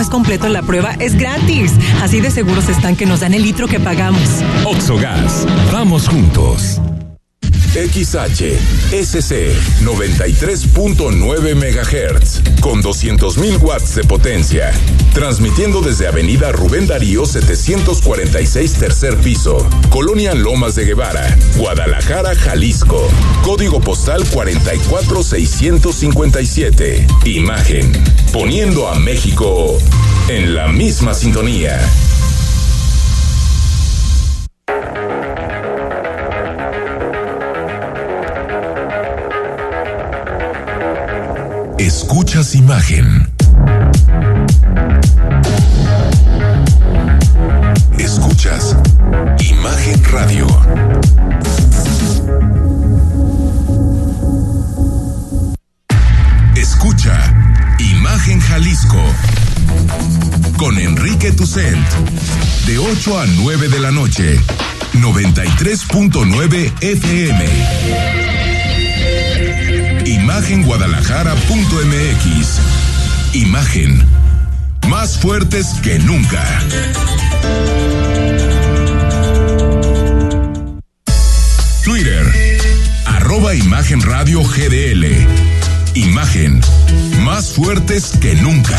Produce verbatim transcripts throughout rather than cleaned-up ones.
es completo, la prueba es gratis. Así de seguros están que nos dan el litro que pagamos. Oxogas, vamos juntos. X H S C noventa y tres punto nueve megahertz con doscientos mil watts de potencia, transmitiendo desde Avenida Rubén Darío setecientos cuarenta y seis, tercer piso, Colonia Lomas de Guevara, Guadalajara, Jalisco. Código postal cuarenta y cuatro mil seiscientos cincuenta y siete. Imagen, poniendo a México en la misma sintonía. Escuchas Imagen. Escuchas Imagen Radio. Escucha Imagen Jalisco con Enrique Tucent de ocho a nueve de la noche, noventa y tres punto nueve F M. Imagen Guadalajara punto M X. Imagen. Más fuertes que nunca. Twitter. Arroba Imagen Radio G D L. Imagen. Más fuertes que nunca.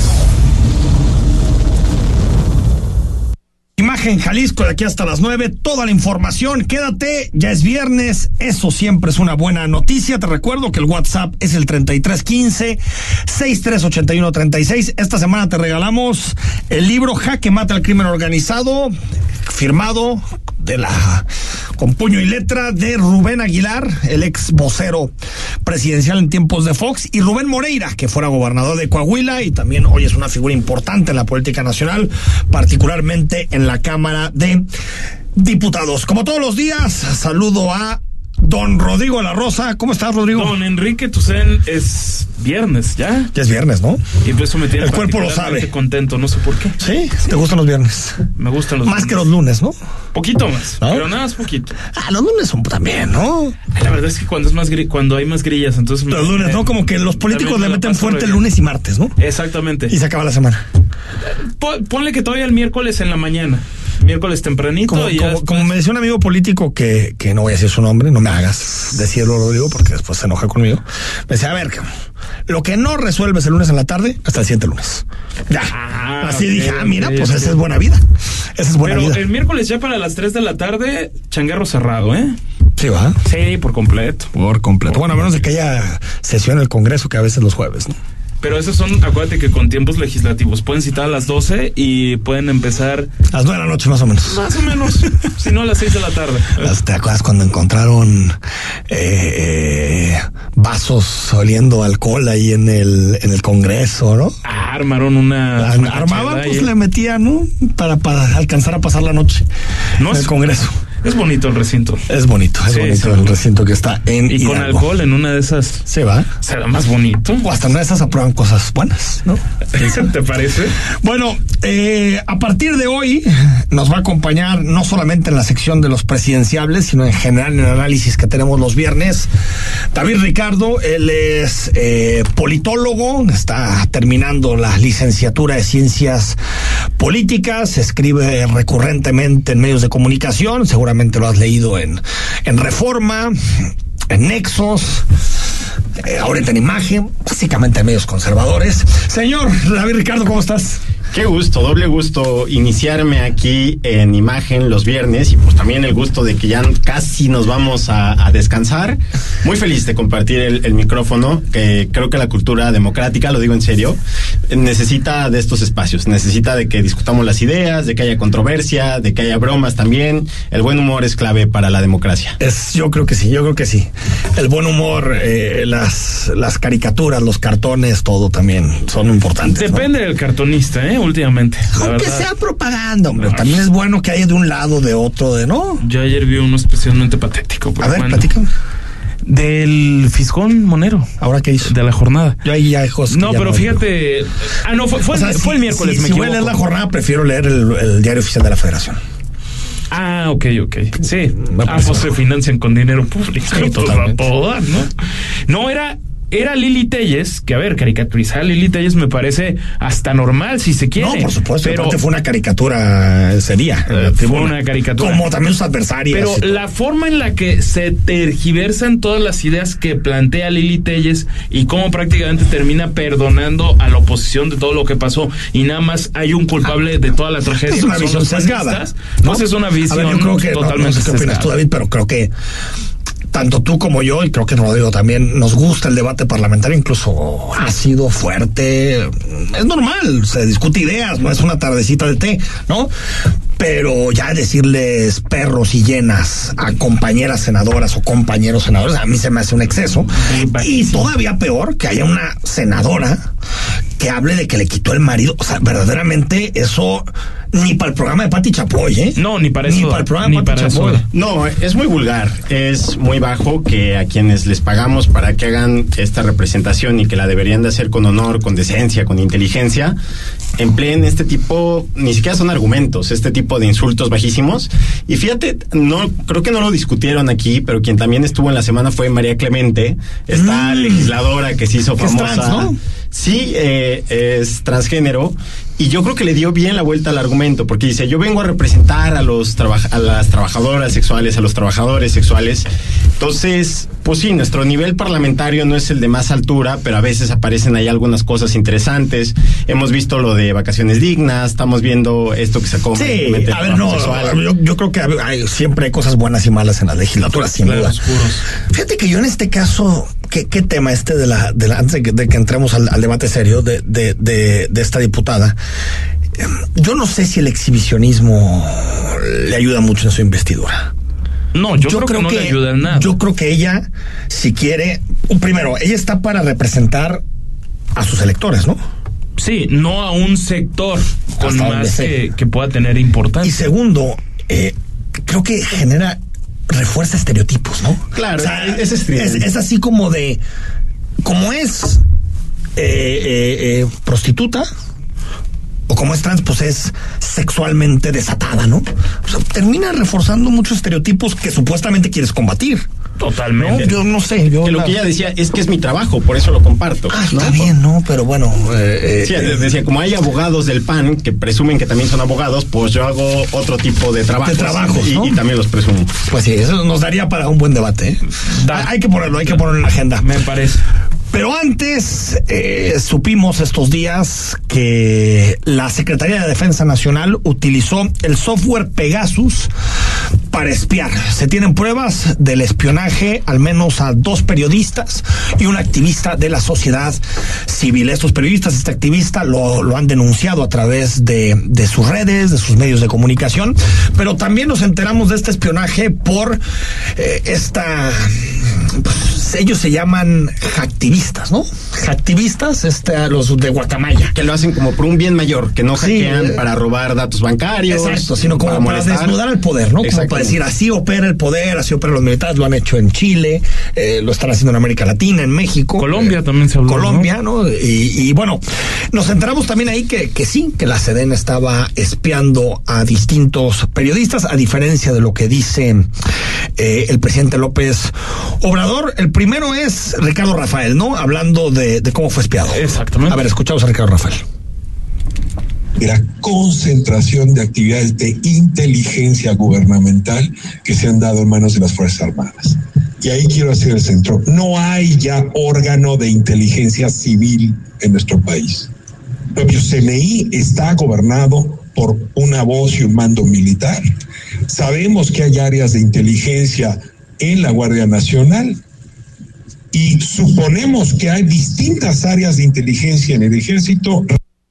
Imagen Jalisco, de aquí hasta las nueve, toda la información, quédate, ya es viernes, eso siempre es una buena noticia. Te recuerdo que el WhatsApp es el treinta y tres quince, sesenta y tres ochenta y uno treinta y seis. Esta semana te regalamos el libro Jaque Mate al Crimen Organizado, firmado de la con puño y letra de Rubén Aguilar, el ex vocero presidencial en tiempos de Fox, y Rubén Moreira, que fuera gobernador de Coahuila y también hoy es una figura importante en la política nacional, particularmente en la Cámara de Diputados. Como todos los días, saludo a don Rodrigo de la Rosa. ¿Cómo estás, Rodrigo? Don Enrique Tucent, es viernes, ¿ya? Ya es viernes, ¿no? Y eso me tiene el cuerpo lo sabe. Contento, no sé por qué. ¿Sí? ¿Te gustan los viernes? Me gustan los Más viernes. que los lunes, ¿no? Poquito más, ¿no? Pero nada más poquito. Ah, los lunes son también, ¿no? Ay, la verdad es que cuando es más gri- cuando hay más grillas, entonces... Los me, lunes, me, ¿no? Como que los políticos le meten fuerte bien. lunes y martes, ¿no? Exactamente. Y se acaba la semana. Pon, ponle que todavía el miércoles en la mañana. Miércoles tempranito. Como, y como, después... como me decía un amigo político que, que no voy a decir su nombre, no me hagas decirlo, Rodrigo, porque después se enoja conmigo. Me decía, a ver, lo que no resuelves el lunes en la tarde, hasta el siguiente lunes. Ya. Ah, Así okay, dije, ah, mira, okay, pues okay. esa es buena vida. Esa es buena Pero vida. el miércoles ya para las tres de la tarde, changarro cerrado, ¿eh? Sí, va. Sí, por completo. Por completo. Bueno, a menos de que haya sesión en el Congreso, que a veces los jueves, ¿no? Pero esos son, acuérdate que con tiempos legislativos pueden citar a las doce y pueden empezar... A las nueve de la noche más o menos. Más o menos, si no a las seis de la tarde. ¿Te acuerdas cuando encontraron eh, eh, vasos oliendo alcohol ahí en el en el Congreso, ¿no? Ah, armaron una... Ar- Armaban, pues le metían, ¿no? Para, para alcanzar a pasar la noche no en el es, Congreso. Es bonito el recinto. Es bonito, es Sí, bonito sí. el recinto que está en Y con Hidalgo. alcohol en una de esas... Se va. Será más bonito. O hasta una de esas aprueban cosas buenas, ¿no? ¿Te parece? Bueno, eh, a partir de hoy nos va a acompañar no solamente en la sección de los presidenciables, sino en general en el análisis que tenemos los viernes, David Ricardo. Él es eh, politólogo, está terminando la licenciatura de Ciencias Políticas, escribe recurrentemente en medios de comunicación, seguramente lo has leído en, en Reforma, en Nexos, eh, ahorita en Imagen, básicamente en medios conservadores. Señor David Ricardo, ¿cómo estás? Qué gusto, doble gusto iniciarme aquí en Imagen los viernes y pues también el gusto de que ya casi nos vamos a, a descansar. Muy feliz de compartir el, el micrófono, que creo que la cultura democrática, lo digo en serio, necesita de estos espacios, necesita de que discutamos las ideas, de que haya controversia, de que haya bromas también. El buen humor es clave para la democracia. Es, yo creo que sí, yo creo que sí. El buen humor, eh, las, las caricaturas, los cartones, todo también son importantes. Depende, ¿no?, del cartonista, ¿eh? Últimamente. Aunque verdad. sea propaganda, hombre. No, También es bueno que haya de un lado, de otro, de no. Yo ayer vi uno especialmente patético. A ver, bueno, platícame. Del Fisgón Monero. ¿Ahora qué hizo? De la jornada. Yo ahí ya hay cosas que No, ya pero no fíjate. Ah, no, fue, fue, O sea, el, si- fue el miércoles, si, me si voy a equivoco. leer la jornada, prefiero leer el, el diario oficial de la Federación. Ah, ok, ok. Sí. Me Ah, parece pues se mejor. financian con dinero público. Sí, Pues, totalmente. a todo dar, ¿no? No, era era Lili Téllez, que a ver, caricaturizar a Lili Téllez me parece hasta normal, si se quiere. No, por supuesto, pero aparte fue una caricatura ese día. Eh, fue una caricatura. Como también sus adversarias. Pero la forma en la que se tergiversan todas las ideas que plantea Lili Téllez y cómo prácticamente termina perdonando a la oposición de todo lo que pasó y nada más hay un culpable de toda la tragedia. Es una visión sesgada. Pues es una visión a ver, yo creo que, totalmente no, no sé qué opinas tú, David, pero creo que tanto tú como yo, y creo que Rodrigo también, nos gusta el debate parlamentario, incluso ácido, fuerte. Es normal, se discute ideas, no es una tardecita de té, ¿no? Pero ya decirles perros y llenas a compañeras senadoras o compañeros senadores, a mí se me hace un exceso. Y todavía peor, que haya una senadora que hable de que le quitó el marido. O sea, verdaderamente eso ni para el programa de Pati Chapoy, ¿eh? No, ni para ni eso. Ni para el programa ni de Pati Chapoy. Eso. No, es muy vulgar, es muy bajo que a quienes les pagamos para que hagan esta representación y que la deberían de hacer con honor, con decencia, con inteligencia, empleen este tipo, ni siquiera son argumentos, este tipo de insultos bajísimos. Y fíjate, no creo que no lo discutieron aquí, pero quien también estuvo en la semana fue María Clemente, esta mm. legisladora que se hizo famosa. Es trans, ¿no? Sí, eh, es transgénero. Y yo creo que le dio bien la vuelta al argumento, porque dice, yo vengo a representar a los traba- a las trabajadoras sexuales, a los trabajadores sexuales. Entonces, pues sí, nuestro nivel parlamentario no es el de más altura, pero a veces aparecen ahí algunas cosas interesantes. Hemos visto lo de vacaciones dignas, estamos viendo esto que sacó. Sí, a ver, no, yo, yo creo que hay, siempre hay cosas buenas y malas en la legislatura, sin claro, duda. oscuros. Fíjate que yo en este caso, ¿qué, qué tema este de la, de la antes de que, de que entremos al, al debate serio de, de, de, de esta diputada? Yo no sé si el exhibicionismo le ayuda mucho en su investidura. No, yo, yo creo, creo que no que, le ayuda en nada. Yo creo que ella, si quiere, primero, ella está para representar a sus electores, ¿no? Sí, no a un sector con más que, que pueda tener importancia. Y segundo, eh, creo que genera, refuerza estereotipos, ¿no? Claro, o sea, es, es, es, es así como de, como es eh, eh, eh, prostituta, o como es trans, pues es sexualmente desatada, ¿no? O sea, termina reforzando muchos estereotipos que supuestamente quieres combatir. Totalmente. No, yo no sé. Yo que lo la... que ella decía es que es mi trabajo, por eso lo comparto. Ah, ¿no? está bien, ¿no? Pero bueno. Eh, sí, eh, decía, como hay abogados del P A N que presumen que también son abogados, pues yo hago otro tipo de trabajos. De trabajos, y, ¿no? y también los presumo. Pues sí, eso nos daría para un buen debate, ¿eh? Da. Hay que ponerlo, hay que ponerlo en la agenda. Me parece. Pero antes, eh, supimos estos días que la Secretaría de Defensa Nacional utilizó el software Pegasus para espiar. Se tienen pruebas del espionaje al menos a dos periodistas y un activista de la sociedad civil. Estos periodistas, este activista, lo, lo han denunciado a través de, de sus redes, de sus medios de comunicación, pero también nos enteramos de este espionaje por eh, esta... Pues, ellos se llaman hacktivistas, ¿no? Hacktivistas, este, los de Guacamaya. Que lo hacen como por un bien mayor, que no hackean sí, para robar datos bancarios. Exacto, sino como para, para desnudar el poder, ¿no? Como para decir, así opera el poder, así operan los militares, lo han hecho en Chile, eh, lo están haciendo en América Latina, en México. Colombia eh, también se habló, Colombia, ¿no? ¿no? Y, y bueno, nos enteramos también ahí que, que sí, que la SEDEN estaba espiando a distintos periodistas, a diferencia de lo que dice eh, el presidente López Obrador. El primero es Ricardo Rafael, ¿no? Hablando de, de cómo fue espiado. Exactamente. A ver, escuchamos a Ricardo Rafael. La concentración de actividades de inteligencia gubernamental que se han dado en manos de las Fuerzas Armadas. Y ahí quiero hacer el centro. No hay ya órgano de inteligencia civil en nuestro país. El propio C N I está gobernado por una voz y un mando militar. Sabemos que hay áreas de inteligencia en la Guardia Nacional y suponemos que hay distintas áreas de inteligencia en el Ejército.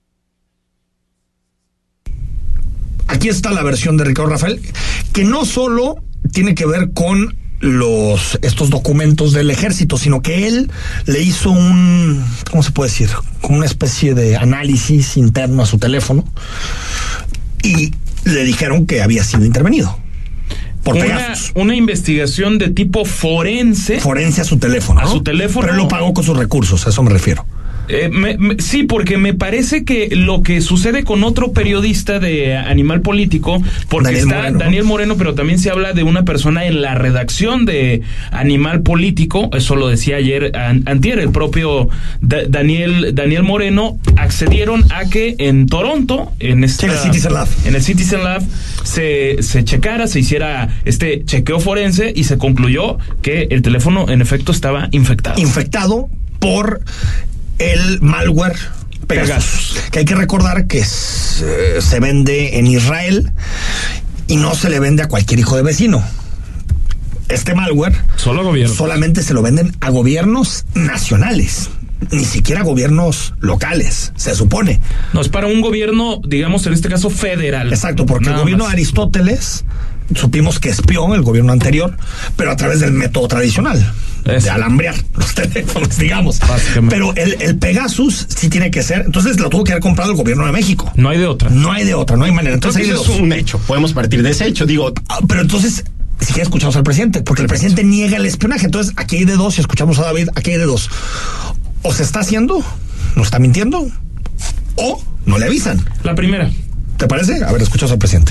Aquí está la versión de Ricardo Rafael, que no solo tiene que ver con los estos documentos del ejército, sino que él le hizo un, ¿cómo se puede decir? Como una especie de análisis interno a su teléfono y le dijeron que había sido intervenido por una, Pegasus. Una investigación de tipo forense. Forense a su teléfono, ¿no? A su teléfono. Pero él lo pagó con sus recursos, a eso me refiero. Eh, me, me, sí, porque me parece que lo que sucede con otro periodista de Animal Político, porque Daniel está Moreno, Daniel ¿no? Moreno, pero también se habla de una persona en la redacción de Animal Político, eso lo decía ayer, an, antier, el propio da, Daniel Daniel Moreno, accedieron a que en Toronto, en esta, en el Citizen Lab, en el Citizen Lab se, se checara, se hiciera este chequeo forense y se concluyó que el teléfono en efecto estaba infectado. Infectado por el malware Pegasus, Pegasus. Que hay que recordar que es, eh, se vende en Israel y no se le vende a cualquier hijo de vecino. Este malware solo gobierno. solamente se lo venden a gobiernos nacionales, ni siquiera gobiernos locales, se supone. No, es para un gobierno, digamos, en este caso federal. Exacto, porque Nada el gobierno más. de Aristóteles supimos que espió el gobierno anterior, pero a través del método tradicional. Eso. De alambrear los teléfonos, digamos. Pero el, el Pegasus sí tiene que ser, entonces lo tuvo que haber comprado el gobierno de México. No hay de otra. No hay de otra, no hay manera. Entonces hay de eso dos. Es un hecho, podemos partir de ese hecho, digo. Ah, pero entonces, si siquiera escuchamos al presidente, porque el presidente niega el espionaje. Entonces, aquí hay de dos, si escuchamos a David, aquí hay de dos. O se está haciendo, no está mintiendo, o no le avisan. La primera. ¿Te parece? A ver, escuchamos al presidente.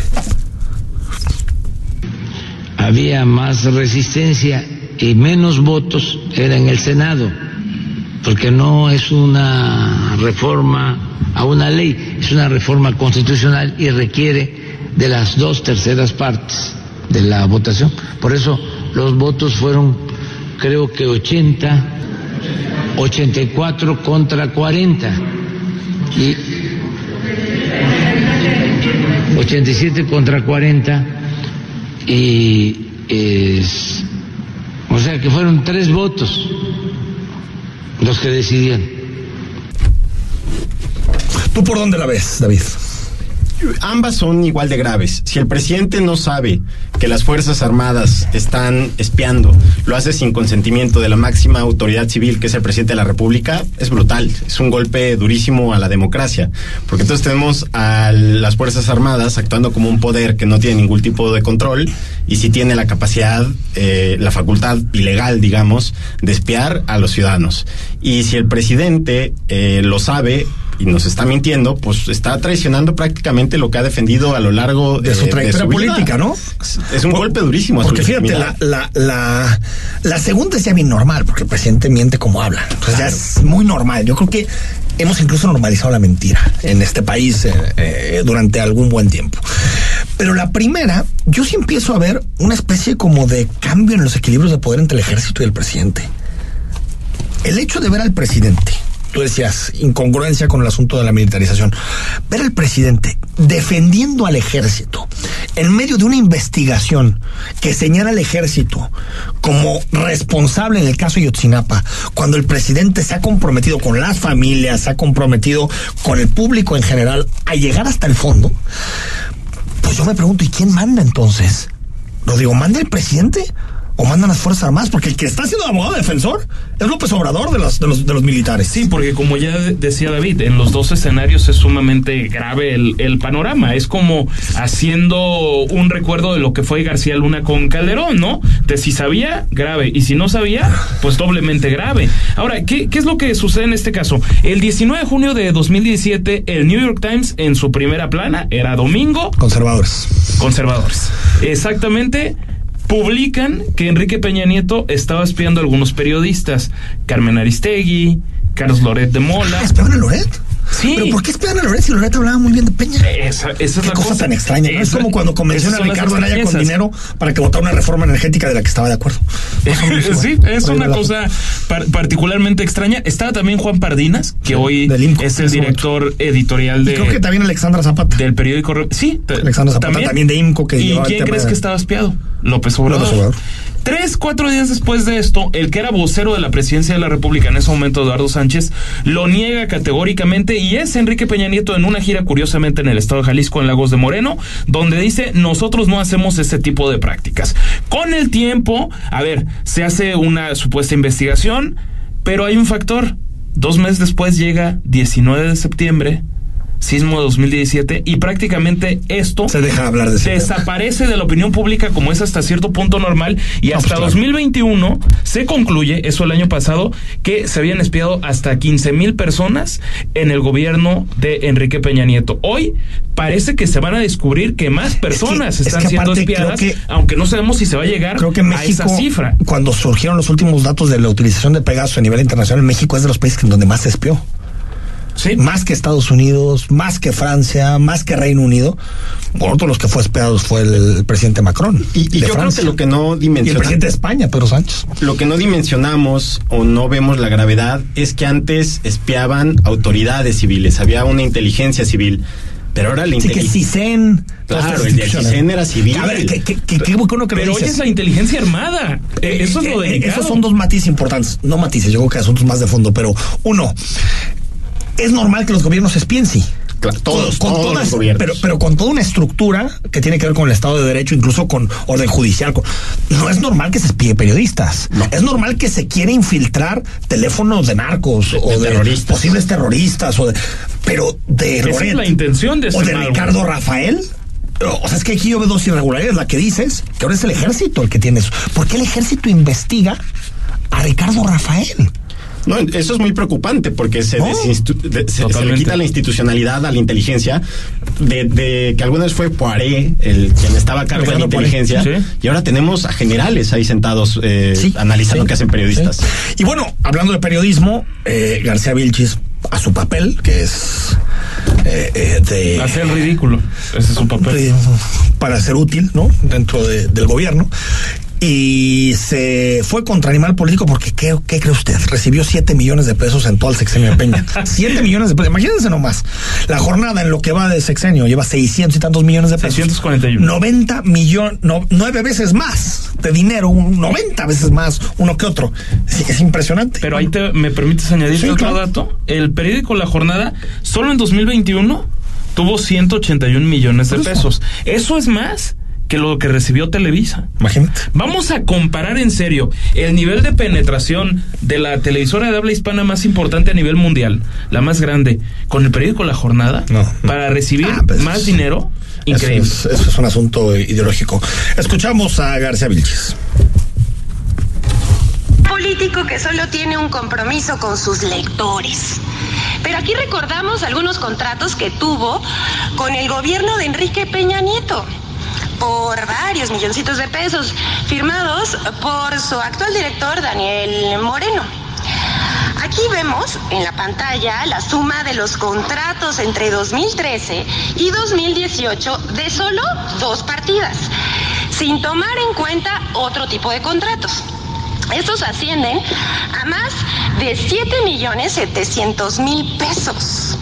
Había más resistencia y menos votos era en el Senado, porque no es una reforma a una ley, es una reforma constitucional y requiere de las dos terceras partes de la votación. Por eso los votos fueron, creo que ochenta, ochenta y cuatro contra cuarenta y ochenta y siete contra cuarenta. Y es, o sea que fueron tres votos los que decidían. ¿Tú por dónde la ves, David? Ambas son igual de graves. Si el presidente no sabe que las Fuerzas Armadas están espiando, lo hace sin consentimiento de la máxima autoridad civil, que es el presidente de la República, es brutal. Es un golpe durísimo a la democracia. Porque entonces tenemos a las Fuerzas Armadas actuando como un poder que no tiene ningún tipo de control y sí tiene la capacidad, eh, la facultad ilegal, digamos, de espiar a los ciudadanos. Y si el presidente eh, lo sabe y nos está mintiendo, pues está traicionando prácticamente lo que ha defendido a lo largo de, de su trayectoria de su política, ¿no? Es, es un Por, golpe durísimo. Porque fíjate, la, la, la, la segunda es ya bien normal, porque el presidente miente como habla. Entonces claro. Ya es muy normal. Yo creo que hemos incluso normalizado la mentira en este país eh, eh, durante algún buen tiempo. Pero la primera, yo sí empiezo a ver una especie como de cambio en los equilibrios de poder entre el ejército y el presidente. El hecho de ver al presidente, tú decías, incongruencia con el asunto de la militarización. Ver al presidente defendiendo al ejército en medio de una investigación que señala al ejército como responsable en el caso de Ayotzinapa, cuando el presidente se ha comprometido con las familias, se ha comprometido con el público en general a llegar hasta el fondo, pues yo me pregunto, ¿y quién manda entonces? Lo digo, ¿manda el presidente? ¿O mandan las Fuerzas Armadas? Porque el que está siendo abogado defensor es López Obrador de los, de los, de los militares. Sí, porque como ya decía David, en los dos escenarios es sumamente grave el, el panorama. Es como haciendo un recuerdo de lo que fue García Luna con Calderón, ¿no? De si sabía, grave. Y si no sabía, pues doblemente grave. Ahora, ¿qué, qué es lo que sucede en este caso? El diecinueve de junio de dos mil diecisiete, el New York Times en su primera plana, era domingo. Conservadores. Conservadores. Exactamente. Publican que Enrique Peña Nieto estaba espiando a algunos periodistas, Carmen Aristegui, Carlos Loret de Mola. ¿Espiaban a Loret? Sí. ¿Pero por qué espiaban a Loret si Loret hablaba muy bien de Peña? Esa, esa es Qué la cosa, cosa tan extraña, ¿no? Esa, es como cuando convenciona a Ricardo Anaya con dinero para que votara una reforma energética de la que estaba de acuerdo. Sí, es una cosa par particularmente extraña. Estaba también Juan Pardinas, que sí, hoy es el director momento. editorial de... Y creo que también Alexandra Zapata. Del periódico... Sí. Alexandra Zapata también, también de IMCO. Que ¿Y quién crees de... que estaba espiado? López Obrador. López Obrador. Tres, cuatro días después de esto, el que era vocero de la presidencia de la República en ese momento, Eduardo Sánchez, lo niega categóricamente y es Enrique Peña Nieto en una gira, curiosamente, en el estado de Jalisco, en Lagos de Moreno, donde dice, nosotros no hacemos ese tipo de prácticas. Con el tiempo, a ver, se hace una supuesta investigación, pero hay un factor. Dos meses después llega diecinueve de septiembre sismo de dos mil diecisiete, y prácticamente esto se deja hablar de ese desaparece tema de la opinión pública, como es hasta cierto punto normal, y hasta no, pues claro. dos mil veintiuno se concluye, eso el año pasado, que se habían espiado hasta quince mil personas en el gobierno de Enrique Peña Nieto. Hoy parece que se van a descubrir que más personas es que, están es que siendo espiadas, que, aunque no sabemos si se va a llegar creo que México, a esa cifra. Cuando surgieron los últimos datos de la utilización de Pegasus a nivel internacional, México es de los países en donde más se espió. Sí. Más que Estados Unidos, más que Francia, más que Reino Unido. Por otro, los que fue espiados fue el, el presidente Macron. Y, y yo Francia. creo que lo que no dimensionamos. Y el presidente de España, Pedro Sánchez. Lo que no dimensionamos o no vemos la gravedad es que antes espiaban autoridades civiles, había una inteligencia civil. Pero ahora la inteligencia. Sí, que CISEN. Claro, el de CISEN era civil. A ver, ¿qué, qué, qué, qué bueno que Pero hoy es la inteligencia armada. Eh, eso es lo delicado. Esos son dos matices importantes. No matices, yo creo que asuntos más de fondo. Pero, uno, es normal que los gobiernos espíen, sí. Claro, todos, con, con todos todas, los gobiernos. Pero, pero con toda una estructura que tiene que ver con el Estado de Derecho, incluso con orden judicial. Con, no es normal que se espíe periodistas. No. Es normal que se quiera infiltrar teléfonos de narcos de, o de, de terroristas. posibles terroristas. O de, pero de Esa Loret, es la intención de o de Ricardo Rafael. O sea, es que aquí yo veo dos irregularidades. La que dices, que ahora es el ejército el que tiene eso. ¿Por qué el ejército investiga a Ricardo Rafael? No, eso es muy preocupante porque se, oh, desinstu- de, se, se le quita la institucionalidad a la inteligencia de, de que alguna vez fue Poiré el quien estaba a cargo de la inteligencia, sí. Y ahora tenemos a generales ahí sentados eh, sí, analizando sí, qué hacen periodistas. Sí. Y bueno, hablando de periodismo, eh, García Vilchis a su papel, que es eh, eh, de hacer el ridículo, ese es su papel, de, para ser útil, ¿no? Dentro de, del gobierno. Y se fue contra Animal Político porque, ¿qué, qué cree usted? Recibió siete millones de pesos en todo el sexenio de Peña. siete millones de pesos, imagínense nomás. La jornada en lo que va de sexenio lleva seiscientos y tantos millones de pesos. seiscientos cuarenta y uno. noventa millones, no, nueve veces más de dinero, un noventa veces más uno que otro. Es, es impresionante. Pero ahí te, me permites añadir sí, otro claro. dato. El periódico La Jornada, solo en dos mil veintiuno, tuvo ciento ochenta y un millones de pesos. Eso es más que lo que recibió Televisa. Imagínate. Vamos a comparar en serio el nivel de penetración de la televisora de habla hispana más importante a nivel mundial, la más grande, con el periódico La Jornada, no, no. para recibir ah, pues más dinero. Increíble. Eso es, eso es un asunto ideológico. Escuchamos a García Vilchis. Político que solo tiene un compromiso con sus lectores. Pero aquí recordamos algunos contratos que tuvo con el gobierno de Enrique Peña Nieto, por varios milloncitos de pesos, firmados por su actual director Daniel Moreno. Aquí vemos en la pantalla la suma de los contratos entre dos mil trece y dos mil dieciocho de solo dos partidas, sin tomar en cuenta otro tipo de contratos. Estos ascienden a más de siete millones setecientos mil pesos.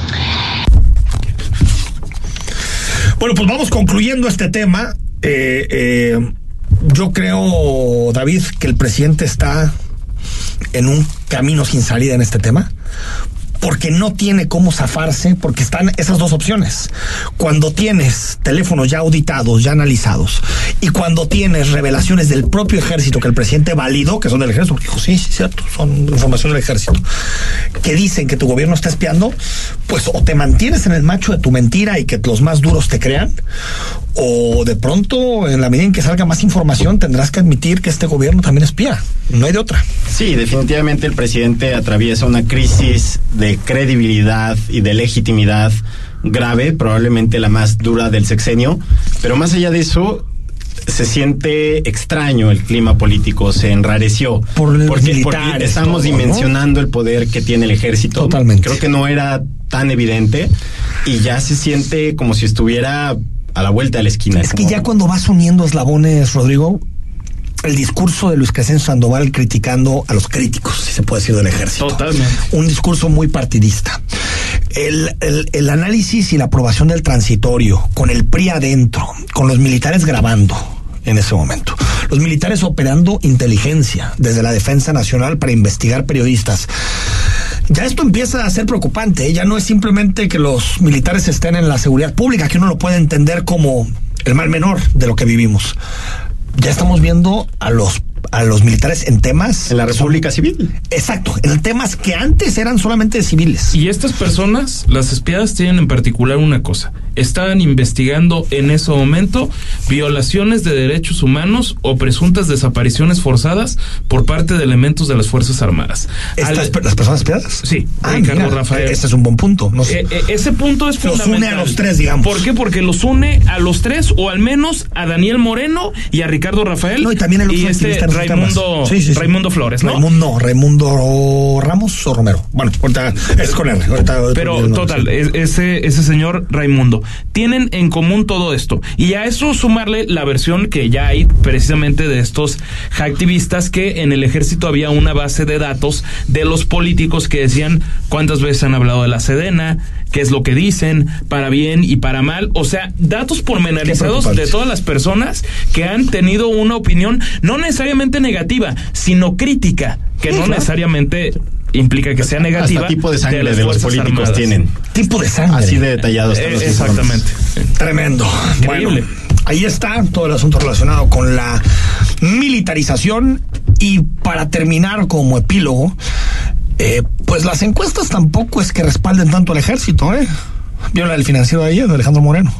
Bueno, pues vamos concluyendo este tema. Eh, eh, yo creo, David, que el presidente está en un camino sin salida en este tema, porque no tiene cómo zafarse, porque están esas dos opciones. Cuando tienes teléfonos ya auditados, ya analizados, y cuando tienes revelaciones del propio ejército que el presidente validó, que son del ejército, porque dijo, sí, sí, cierto, son información del ejército, que dicen que tu gobierno está espiando, pues o te mantienes en el macho de tu mentira y que los más duros te crean, o de pronto, en la medida en que salga más información, tendrás que admitir que este gobierno también espía. No hay de otra. Sí, definitivamente el presidente atraviesa una crisis de credibilidad y de legitimidad grave, probablemente la más dura del sexenio, pero más allá de eso, se siente extraño el clima político, se enrareció. Por porque, porque estamos todo, dimensionando, ¿no?, el poder que tiene el ejército. Totalmente. Creo que no era tan evidente y ya se siente como si estuviera a la vuelta de la esquina. Es como... que ya cuando vas uniendo eslabones, Rodrigo, el discurso de Luis Crescencio Sandoval criticando a los críticos, si se puede decir, del ejército. Totalmente. Un discurso muy partidista. El, el, el análisis y la aprobación del transitorio, con el P R I adentro, con los militares grabando en ese momento, los militares operando inteligencia desde la Defensa Nacional para investigar periodistas. Ya esto empieza a ser preocupante, ¿eh? Ya no es simplemente que los militares estén en la seguridad pública, que uno lo puede entender como el mal menor de lo que vivimos. Ya estamos viendo a los a los militares en temas... En la República Civil. Exacto, en temas que antes eran solamente de civiles. Y estas personas, las espiadas, tienen en particular una cosa. Estaban investigando en ese momento violaciones de derechos humanos o presuntas desapariciones forzadas por parte de elementos de las Fuerzas Armadas. ¿Estas, Al, ¿Las personas espiadas? Sí, ah, Ricardo mira, Rafael. Ese es un buen punto. No sé. eh, eh, ese punto es fundamental. Los une a los tres, digamos. ¿Por qué? Porque los une a los tres, o al menos a Daniel Moreno y a Ricardo Rafael. No, y también el y este Raimundo, sí, sí, sí. Raimundo Flores, ¿no? Raimundo, Raimundo Ramos o Romero. Bueno, ahorita es con él. Ahorita, Pero total, no, sí. ese, ese señor Raimundo. Tienen en común todo esto. Y a eso sumarle la versión que ya hay precisamente de estos hacktivistas, que en el ejército había una base de datos de los políticos que decían cuántas veces han hablado de la Sedena, qué es lo que dicen, para bien y para mal. O sea, datos pormenorizados de todas las personas que han tenido una opinión no necesariamente negativa, sino crítica, que sí, no claro. necesariamente implica que sea negativa. Hasta tipo de sangre de, de los políticos armadas. Tienen. Tipo de sangre. Así de detallados. Eh, exactamente. Tremendo. Increíble. Bueno, ahí está todo el asunto relacionado con la militarización. Y para terminar como epílogo, eh, pues las encuestas tampoco es que respalden tanto al ejército, ¿eh? ¿Vieron el financiero de ayer, de Alejandro Moreno?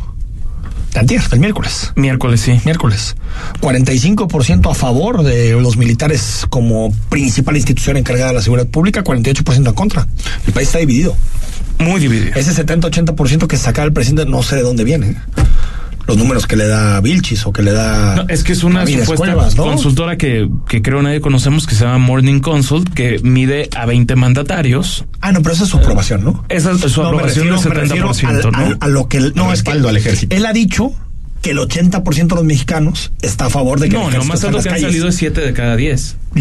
De antier, el miércoles. Miércoles, sí. Miércoles. cuarenta y cinco por ciento a favor de los militares como principal institución encargada de la seguridad pública, cuarenta y ocho por ciento en contra. El país está dividido. Muy dividido. Ese setenta a ochenta por ciento que saca el presidente no sé de dónde viene. Los números que le da Vilchis o que le da... No, es que es una supuesta Cuevas, ¿no? consultora que, que creo nadie conocemos, que se llama Morning Consult, que mide a veinte mandatarios. Ah, no, pero esa es su aprobación, ¿no? Esa es su no, aprobación del setenta por ciento, al, ¿no? Al, a lo que... No, es que al ejército. Él ha dicho que el ochenta por ciento de los mexicanos está a favor de que no, el lo más alto que han salido es siete de cada diez. Y,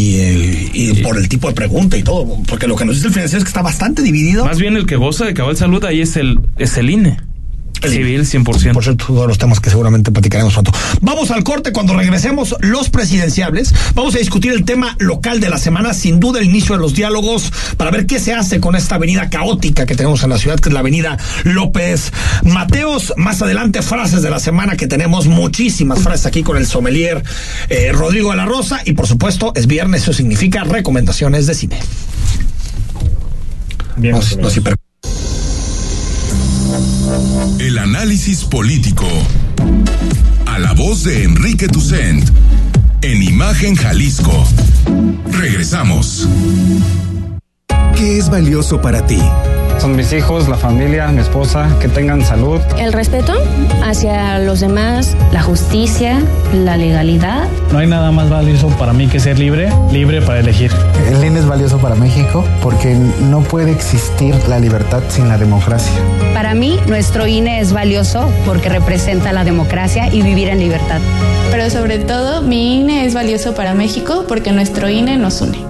y, y sí. por el tipo de pregunta y todo, porque lo que nos dice el financiero es que está bastante dividido. Más bien el que goza de cabal salud ahí es el, es el I N E. El civil, cien por ciento. Por cierto, todos los temas que seguramente platicaremos pronto. Vamos al corte. Cuando regresemos, los presidenciables, vamos a discutir el tema local de la semana, sin duda el inicio de los diálogos, para ver qué se hace con esta avenida caótica que tenemos en la ciudad, que es la avenida López Mateos. Más adelante, frases de la semana, que tenemos muchísimas frases aquí con el sommelier eh, Rodrigo de la Rosa, y por supuesto, es viernes, eso significa recomendaciones de cine. Bien, nos, nos hiper... El análisis político. A la voz de Enrique Tucent. En Imagen Jalisco. Regresamos. ¿Qué es valioso para ti? Son mis hijos, la familia, mi esposa, que tengan salud. El respeto hacia los demás, la justicia, la legalidad. No hay nada más valioso para mí que ser libre, libre para elegir. El I N E es valioso para México porque no puede existir la libertad sin la democracia. Para mí, nuestro I N E es valioso porque representa la democracia y vivir en libertad. Pero sobre todo, mi I N E es valioso para México porque nuestro I N E nos une.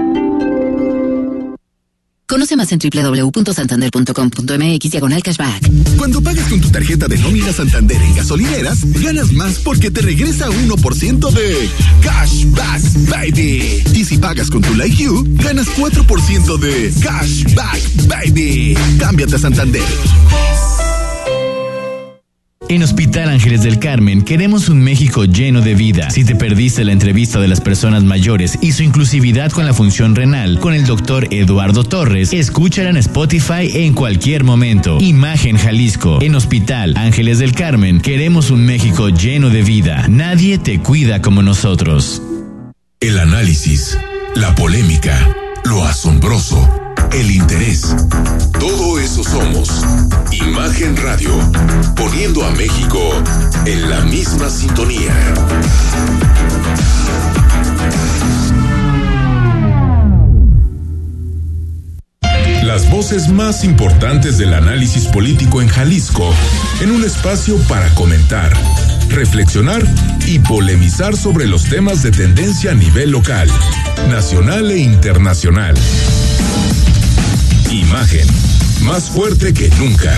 Conoce más en doble u doble u doble u punto santander punto com punto m x diagonal cashback. Cuando pagas con tu tarjeta de nómina Santander en gasolineras, ganas más porque te regresa uno por ciento de Cashback Baby. Y si pagas con tu Like You, ganas cuatro por ciento de Cashback Baby. Cámbiate a Santander. En Hospital Ángeles del Carmen queremos un México lleno de vida. Si te perdiste la entrevista de las personas mayores y su inclusividad con la función renal con el doctor Eduardo Torres, escúchala en Spotify en cualquier momento. Imagen Jalisco. En Hospital Ángeles del Carmen queremos un México lleno de vida. Nadie te cuida como nosotros. El análisis, la polémica, lo asombroso, el interés. Todo eso somos. Imagen Radio, poniendo a México en la misma sintonía. Las voces más importantes del análisis político en Jalisco, en un espacio para comentar, reflexionar y polemizar sobre los temas de tendencia a nivel local, nacional e internacional. Imagen, más fuerte que nunca.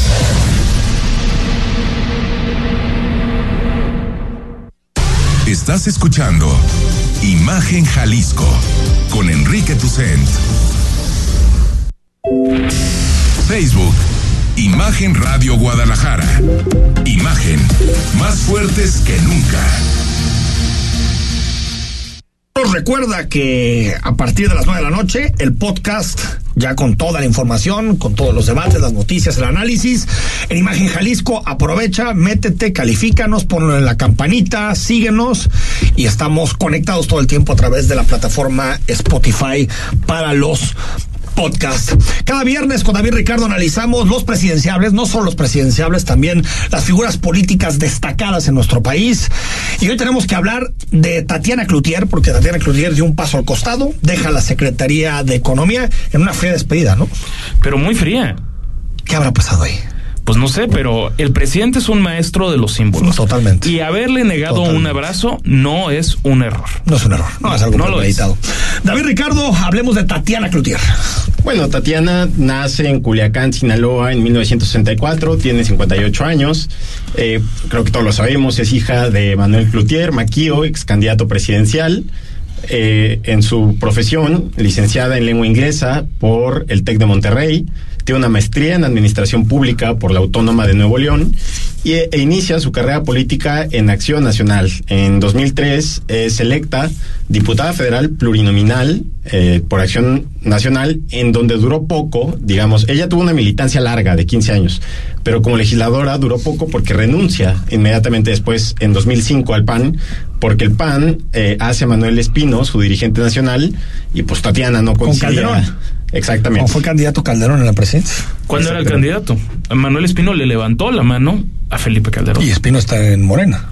Estás escuchando Imagen Jalisco con Enrique Tucent. Facebook, Imagen Radio Guadalajara. Imagen, más fuertes que nunca. Recuerda que a partir de las nueve de la noche, el podcast, ya con toda la información, con todos los debates, las noticias, el análisis, en Imagen Jalisco, aprovecha, métete, califícanos, ponlo en la campanita, síguenos, y estamos conectados todo el tiempo a través de la plataforma Spotify para los podcast. Cada viernes con David Ricardo analizamos los presidenciables, no solo los presidenciables, también las figuras políticas destacadas en nuestro país. Y hoy tenemos que hablar de Tatiana Cloutier, porque Tatiana Cloutier dio un paso al costado, deja la Secretaría de Economía en una fría despedida, ¿no? Pero muy fría. ¿Qué habrá pasado ahí? Pues no sé, pero el presidente es un maestro de los símbolos. Totalmente. Y haberle negado Totalmente. un abrazo no es un error. No es un error, no, no es algo no premeditado. David Ricardo, hablemos de Tatiana Cloutier. Bueno, Tatiana nace en Culiacán, Sinaloa, en mil novecientos sesenta y cuatro, tiene cincuenta y ocho años. Eh, creo que todos lo sabemos, es hija de Manuel Cloutier, Maquío, ex candidato presidencial. Eh, en su profesión, licenciada en lengua inglesa por el TEC de Monterrey, tiene una maestría en administración pública por la Autónoma de Nuevo León y, e inicia su carrera política en Acción Nacional. En dos mil tres es electa diputada federal plurinominal eh, por Acción Nacional, en donde duró poco, digamos, ella tuvo una militancia larga de quince años, pero como legisladora duró poco porque renuncia inmediatamente después, en dos mil cinco, al P A N, porque el P A N eh, hace a Manuel Espino su dirigente nacional, y pues Tatiana no consigue. Con Calderón. Exactamente. ¿Cómo fue candidato Calderón en la presidencia? ¿Cuándo era el candidato? Manuel Espino le levantó la mano a Felipe Calderón. Y Espino está en Morena.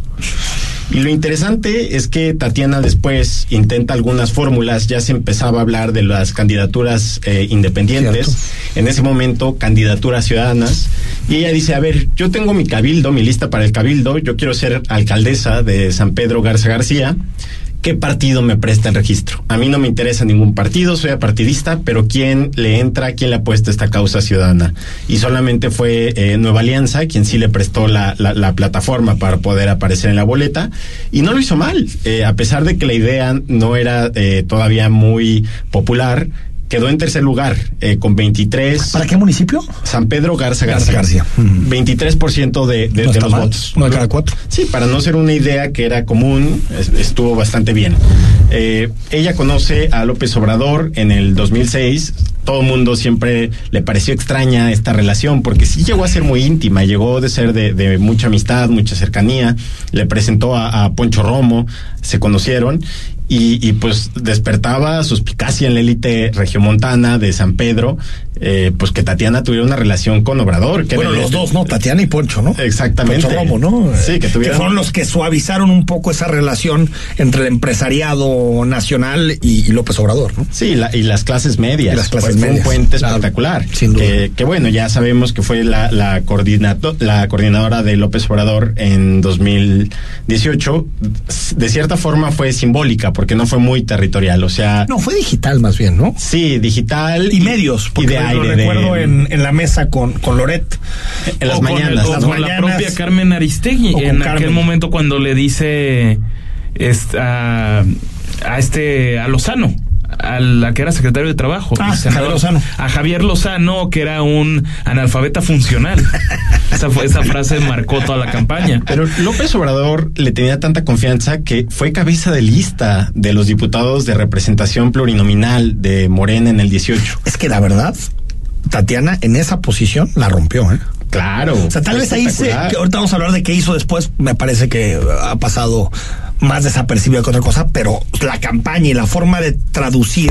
Y lo interesante es que Tatiana después intenta algunas fórmulas, ya se empezaba a hablar de las candidaturas eh, independientes, Cierto. en ese momento candidaturas ciudadanas, y ella dice, a ver, yo tengo mi cabildo, mi lista para el cabildo, yo quiero ser alcaldesa de San Pedro Garza García, ¿qué partido me presta el registro? A mí no me interesa ningún partido, soy apartidista, pero ¿quién le entra, quién le apuesta esta causa ciudadana? Y solamente fue eh, Nueva Alianza quien sí le prestó la, la, la plataforma para poder aparecer en la boleta, y no lo hizo mal, eh, a pesar de que la idea no era eh, todavía muy popular. Quedó en tercer lugar, eh, con veintitrés. ¿Para qué municipio? San Pedro Garza García. Garza García. veintitrés por ciento de, de, no de los mal. votos. No de cada cuatro. Sí, para no ser una idea que era común, es, estuvo bastante bien. Eh, ella conoce a López Obrador en el dos mil seis. Todo el mundo siempre le pareció extraña esta relación, porque sí llegó a ser muy íntima, llegó de ser de, de mucha amistad, mucha cercanía. Le presentó a, a Poncho Romo, se conocieron. Y, y pues despertaba suspicacia en la élite regiomontana de San Pedro, eh, pues que Tatiana tuviera una relación con Obrador. Que bueno, los dos, ¿no? Tatiana y Poncho, ¿no? Exactamente. Poncho Romo, ¿no? Sí, que tuvieron. Que fueron los que suavizaron un poco esa relación entre el empresariado nacional y, y López Obrador, ¿no? Sí, la, y las clases medias. Y las clases fue, medias. Fue un puente claro, espectacular. Sin duda. Que, que bueno, ya sabemos que fue la, la, coordinato, la coordinadora de López Obrador en dos mil dieciocho. De cierta forma fue simbólica, porque no fue muy territorial, o sea... No, fue digital más bien, ¿no? Sí, digital. Y, y medios, porque y de aire, lo recuerdo de, en, en la mesa con, con Loret. En las o mañanas. Con, el, o las con mañanas. la propia Carmen Aristegui, en Carmen. Aquel momento cuando le dice esta, a este, a Lozano, a la que era secretario de Trabajo, ah, Javier Lozano. a Javier Lozano, que era un analfabeta funcional. esa, fue, esa frase marcó toda la campaña. Pero López Obrador le tenía tanta confianza que fue cabeza de lista de los diputados de representación plurinominal de Morena en el dieciocho. Es que la verdad, Tatiana en esa posición la rompió, ¿eh? Claro. O sea, tal vez ahí se, que ahorita vamos a hablar de qué hizo después, me parece que ha pasado más desapercibido que otra cosa, pero la campaña y la forma de traducir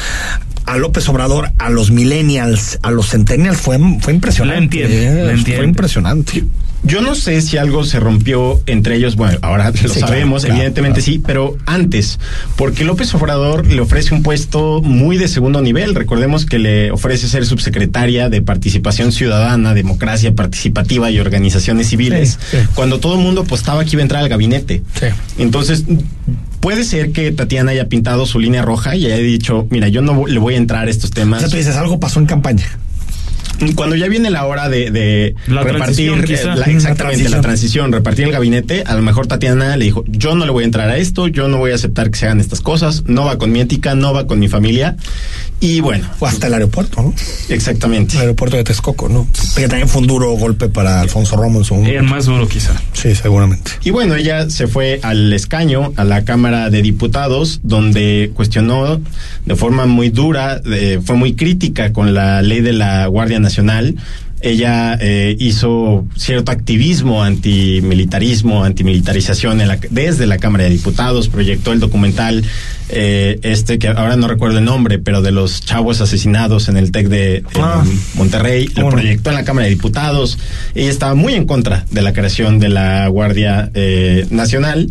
a López Obrador a los millennials, a los centennials, fue, fue impresionante. La entiende, eh, la entiende. Fue impresionante. Yo no sé si algo se rompió entre ellos, bueno, ahora lo sí, sabemos, claro, evidentemente claro, claro. sí, pero antes, porque López Obrador le ofrece un puesto muy de segundo nivel. Recordemos que le ofrece ser subsecretaria de Participación Ciudadana, Democracia Participativa y Organizaciones Civiles, sí, sí. cuando todo el mundo apostaba que iba a entrar al gabinete. Sí. Entonces, puede ser que Tatiana haya pintado su línea roja y haya dicho, mira, yo no le voy a entrar a estos temas. O sea, tú dices, algo pasó en campaña. Cuando ya viene la hora de, de la repartir, eh, la, exactamente, la transición. la transición, repartir el gabinete, a lo mejor Tatiana le dijo, yo no le voy a entrar a esto, yo no voy a aceptar que se hagan estas cosas, no va con mi ética, no va con mi familia, y bueno. O hasta el aeropuerto, ¿no? Exactamente. El aeropuerto de Texcoco, ¿no? Que también fue un duro golpe para Alfonso Romo en su momento. El más duro quizá. Sí, seguramente. Y bueno, ella se fue al escaño, a la Cámara de Diputados, donde cuestionó de forma muy dura, eh, fue muy crítica con la ley de la Guardia Nacional. Ella eh, hizo cierto activismo antimilitarismo, antimilitarización en la, desde la Cámara de Diputados, proyectó el documental eh, este que ahora no recuerdo el nombre, pero de los chavos asesinados en el TEC de ah, Monterrey, lo proyectó en la Cámara de Diputados. Ella estaba muy en contra de la creación de la Guardia eh, Nacional.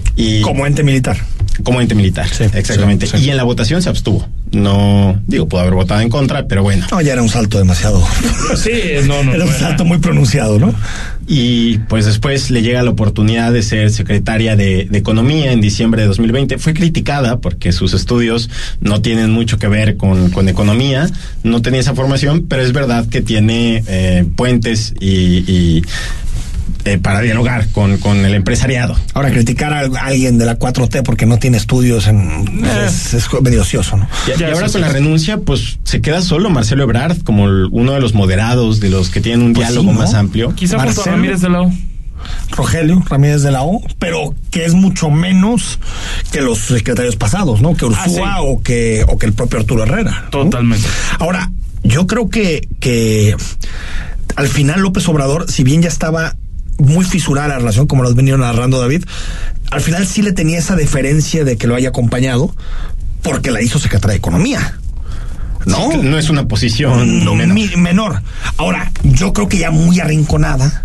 Y como ente militar. Como ente militar, sí, exactamente. Sí, sí. Y en la votación se abstuvo. No, digo, pudo haber votado en contra, pero bueno. No, ya era un salto demasiado. Sí, no, no. Era un salto muy pronunciado, ¿no? Y pues después le llega la oportunidad de ser secretaria de, de Economía en diciembre de dos mil veinte. Fue criticada porque sus estudios no tienen mucho que ver con, con economía, no tenía esa formación, pero es verdad que tiene eh, puentes y... y Eh, para dialogar con, con el empresariado. Ahora, criticar a alguien de la cuatro T porque no tiene estudios en, eh. es, es medio ocioso, ¿no? Y, y ahora con la renuncia, pues se queda solo Marcelo Ebrard como el, uno de los moderados, de los que tienen un pues diálogo sí, ¿no? más amplio. Quizá junto a Ramírez de la O. Rogelio Ramírez de la O, pero que es mucho menos que los secretarios pasados, ¿no? Que Ursúa ah, sí. o que o que el propio Arturo Herrera. Totalmente. ¿No? Ahora, yo creo que, que al final López Obrador, si bien ya estaba muy fisurada la relación, como lo has venido narrando, David, al final sí le tenía esa deferencia de que lo haya acompañado porque la hizo secretaria de Economía. No, sí, no es una posición no, menor. menor. Ahora, yo creo que ya muy arrinconada,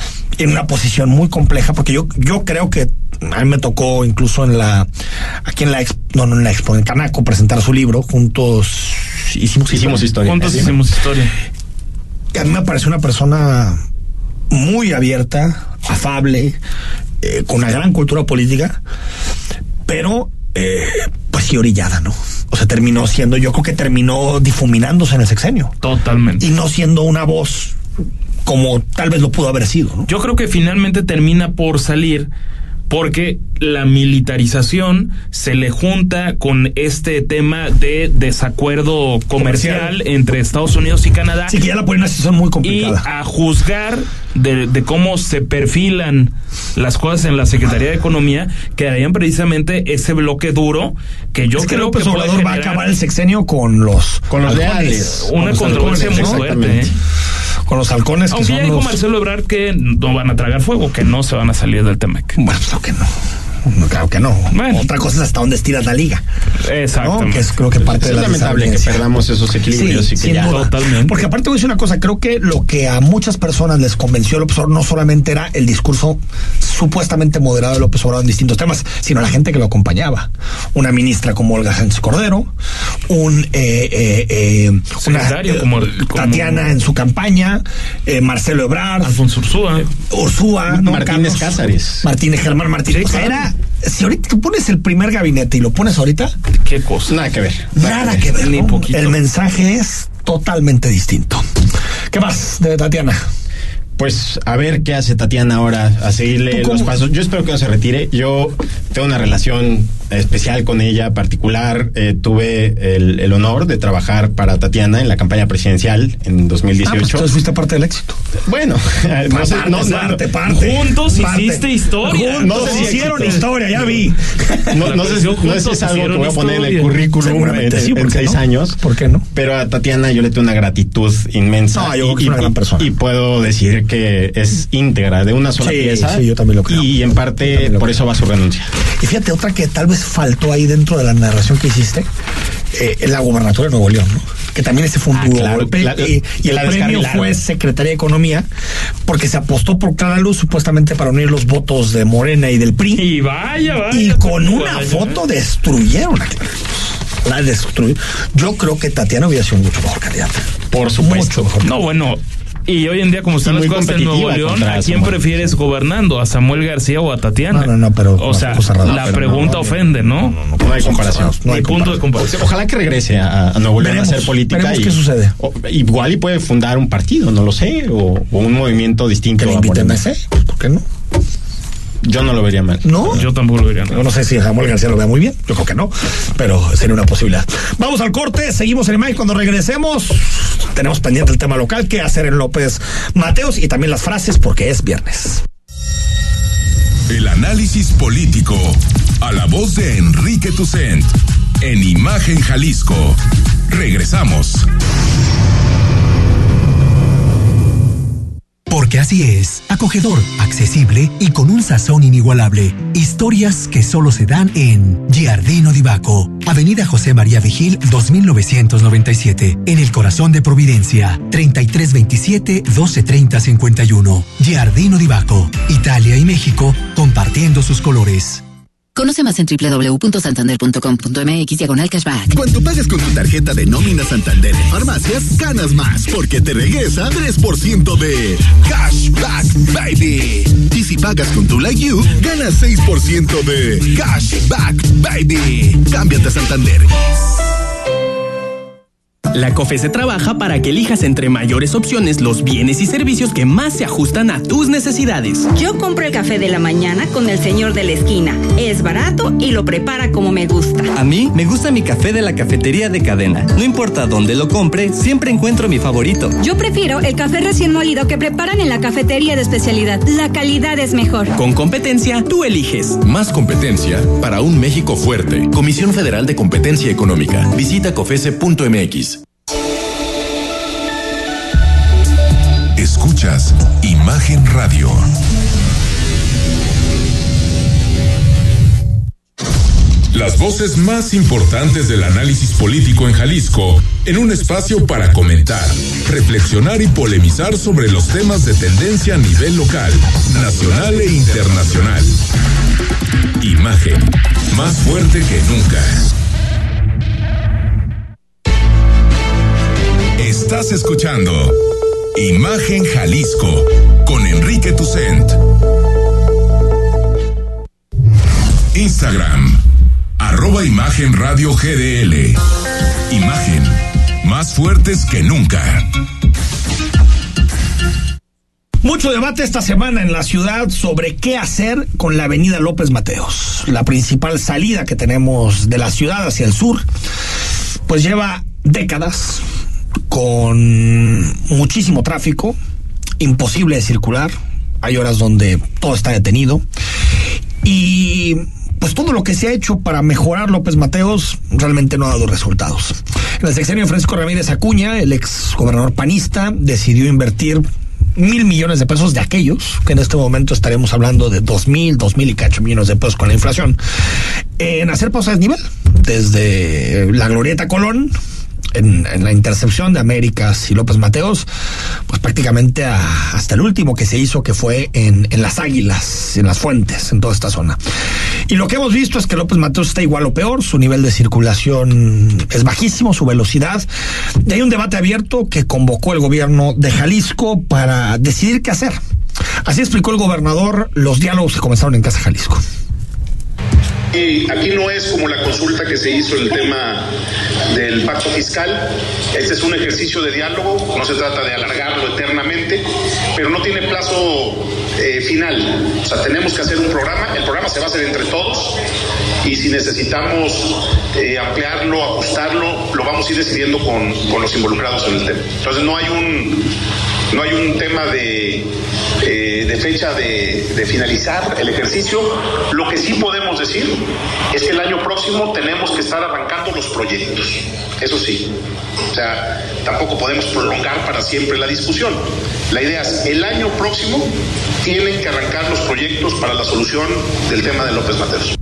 en una posición muy compleja, porque yo, yo creo que a mí me tocó incluso en la, aquí en la expo, no, no en la expo, en Canaco, presentar su libro, juntos hicimos, hicimos historia. Juntos hicimos historia. A mí me pareció una persona muy abierta, afable, eh, con una gran cultura política, pero eh, pues sí orillada, ¿no? O sea, terminó siendo, yo creo que terminó difuminándose en el sexenio. Totalmente. Y no siendo una voz como tal vez lo pudo haber sido, ¿no? Yo creo que finalmente termina por salir porque la militarización se le junta con este tema de desacuerdo comercial, comercial. entre Estados Unidos y Canadá. Sí, que ya la ponen una situación muy complicada. Y a juzgar de, de cómo se perfilan las cosas en la Secretaría de Economía, quedarían precisamente ese bloque duro que yo es que creo López que Obrador va a acabar el sexenio con los con los leales. Una controversia muy fuerte, ¿eh? Con los halcones. Aunque que ya son dijo los... Marcelo Ebrard que no van a tragar fuego, que no se van a salir del Temec. Bueno, pues creo que no. No, claro que no. Bueno. Otra cosa es hasta dónde estiras la liga. Exactamente. ¿No? Que es creo que parte es de la lamentable que perdamos esos equilibrios sí, y que ya duda. Totalmente. Porque aparte voy a decir una cosa, creo que lo que a muchas personas les convenció a López Obrador no solamente era el discurso supuestamente moderado de López Obrador en distintos temas, sino la gente que lo acompañaba. Una ministra como Olga Sánchez Cordero, un eh, eh, eh, una, eh, como, Tatiana como... en su campaña, eh, Marcelo Ebrard, Alfonso Ursúa, Ursúa, ¿no? Martínez Cázares, Martínez Germán Martínez. Sí, o sea, era si ahorita tú pones el primer gabinete y lo pones ahorita, qué cosa. Nada que ver. Nada, nada que ver. Ni ¿no? poquito. El mensaje es totalmente distinto. ¿Qué más de Tatiana? Pues a ver qué hace Tatiana ahora, a seguirle los pasos. Yo espero que no se retire. Yo tengo una relación especial con ella, particular. Eh, tuve el, el honor de trabajar para Tatiana en la campaña presidencial en dos mil dieciocho. Ah, pues entonces fuiste parte del éxito. Bueno, no parte, sé, no, parte, no, parte. Juntos parte. hiciste historia. Juntos no sé si hicieron historia, ya vi. No, no, sé, no sé si es algo que voy a poner en el currículum en, sí, en seis no? años. ¿Por qué no? Pero a Tatiana yo le tengo una gratitud inmensa. No, yo creo que y, es una gran persona. Y puedo decir que es íntegra, de una sola sí, pieza. Sí, yo también lo creo. Y en parte por creo. eso va su renuncia. Y fíjate, otra que tal vez faltó ahí dentro de la narración que hiciste, eh, la gubernatura de Nuevo León, ¿no? Que también ese fue un ah, duro claro, golpe. La, y, y el premio fue Secretaría de Economía, porque se apostó por Clara Luz supuestamente para unir los votos de Morena y del P R I. Y vaya, vaya. Y con una vaya, foto vaya. destruyeron a Clara Luz. La destruyeron. Yo creo que Tatiana hubiera sido mucho mejor candidata. Por supuesto. No, bueno. Y hoy en día, como están las cosas en Nuevo León, ¿a quién prefieres gobernando? ¿A Samuel García o a Tatiana? No, no, no, pero... O sea, la pregunta ofende, ¿no? No, no, no hay comparación. No hay punto de comparación. Ojalá que regrese a, a Nuevo León a hacer política. Veremos y, qué sucede. O, igual y puede fundar un partido, no lo sé, o, o un movimiento distinto. Que le inviten a ese, ¿por qué no? Yo no lo vería mal. ¿No? Yo tampoco lo vería mal. Yo no sé si Samuel García lo vea muy bien. Yo creo que no, pero sería una posibilidad. Vamos al corte, seguimos en imagen. Cuando regresemos, tenemos pendiente el tema local, qué hacer en López Mateos y también las frases, porque es viernes. El análisis político a la voz de Enrique Tucent en Imagen Jalisco. Regresamos. Porque así es, acogedor, accesible y con un sazón inigualable. Historias que solo se dan en Giardino di Bacco, Avenida José María Vigil, dos mil novecientos noventa y siete, en el corazón de Providencia, treinta y tres veintisiete, doce treinta, cincuenta y uno. Giardino di Bacco, Italia y México, compartiendo sus colores. Conoce más en doble u doble u doble u punto santander punto com punto m x diagonal cashback. Cuando pagas con tu tarjeta de nómina Santander en farmacias, ganas más porque te regresa tres por ciento de Cashback Baby. Y si pagas con tu Like You, ganas seis por ciento de Cashback Baby. Cámbiate a Santander. La COFESE trabaja para que elijas entre mayores opciones los bienes y servicios que más se ajustan a tus necesidades. Yo compro el café de la mañana con el señor de la esquina. Es barato y lo prepara como me gusta. A mí me gusta mi café de la cafetería de cadena. No importa dónde lo compre, siempre encuentro mi favorito. Yo prefiero el café recién molido que preparan en la cafetería de especialidad. La calidad es mejor. Con competencia, tú eliges. Más competencia para un México fuerte. Comisión Federal de Competencia Económica. Visita cofese punto m x. Escuchas Imagen Radio. Las voces más importantes del análisis político en Jalisco, en un espacio para comentar, reflexionar y polemizar sobre los temas de tendencia a nivel local, nacional e internacional. Imagen, más fuerte que nunca. Estás escuchando Imagen Jalisco con Enrique Tucent. Instagram, arroba Imagen Radio G D L. Imagen, más fuertes que nunca. Mucho debate esta semana en la ciudad sobre qué hacer con la avenida López Mateos, la principal salida que tenemos de la ciudad hacia el sur, pues lleva décadas con muchísimo tráfico, imposible de circular, hay horas donde todo está detenido y pues todo lo que se ha hecho para mejorar López Mateos realmente no ha dado resultados. En el sexenio de Francisco Ramírez Acuña, el ex gobernador panista decidió invertir mil millones de pesos de aquellos, que en este momento estaremos hablando de dos mil, dos mil y cacho millones de pesos con la inflación, en hacer pausas de nivel, desde la Glorieta Colón, En, en la intercepción de Américas y López Mateos, pues prácticamente a, hasta el último que se hizo, que fue en, en Las Águilas, en Las Fuentes, en toda esta zona. Y lo que hemos visto es que López Mateos está igual o peor, su nivel de circulación es bajísimo, su velocidad, y hay un debate abierto que convocó el gobierno de Jalisco para decidir qué hacer. Así explicó el gobernador los diálogos que comenzaron en Casa Jalisco. Y aquí no es como la consulta que se hizo el tema del pacto fiscal. Este es un ejercicio de diálogo, no se trata de alargarlo eternamente, pero no tiene plazo eh, final. O sea, tenemos que hacer un programa, el programa se va a hacer entre todos y si necesitamos eh, ampliarlo, ajustarlo, lo vamos a ir decidiendo con, con los involucrados en el tema. Entonces no hay un, no hay un tema de... Eh, de fecha de, de finalizar el ejercicio. Lo que sí podemos decir es que el año próximo tenemos que estar arrancando los proyectos, eso sí, o sea, tampoco podemos prolongar para siempre la discusión. La idea es, el año próximo tienen que arrancar los proyectos para la solución del tema de López Mateos.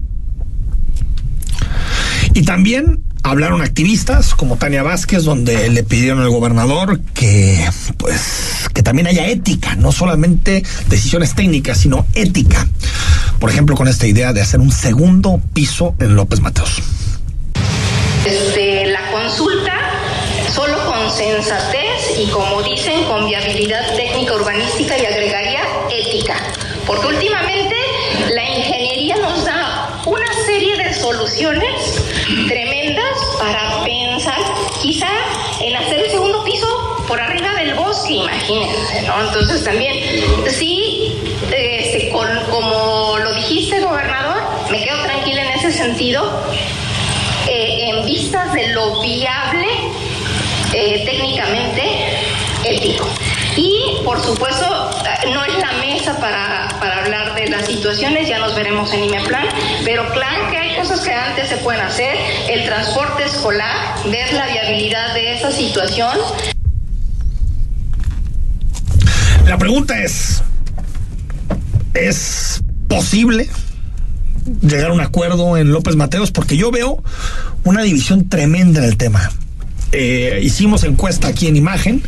Y también hablaron activistas como Tania Vázquez, donde le pidieron al gobernador que, pues, que también haya ética, no solamente decisiones técnicas, sino ética. Por ejemplo, con esta idea de hacer un segundo piso en López Mateos. Desde la consulta, solo con sensatez y, como dicen, con viabilidad técnica, urbanística y agregaría ética. Porque últimamente la ingeniería nos da una serie de soluciones tremendas para pensar quizá en hacer el segundo piso por arriba del bosque, imagínense, ¿no? Entonces también, sí, este, con, como lo dijiste, gobernador, me quedo tranquila en ese sentido, eh, en vistas de lo viable, eh, técnicamente, ético. Y, por supuesto, no es la mesa para, para hablar de las situaciones, ya nos veremos en IMEPLAN, pero claro que hay cosas que antes se pueden hacer, el transporte escolar, ver la viabilidad de esa situación. La pregunta es, ¿es posible llegar a un acuerdo en López Mateos? Porque yo veo una división tremenda en el tema. Eh, hicimos encuesta aquí en Imagen,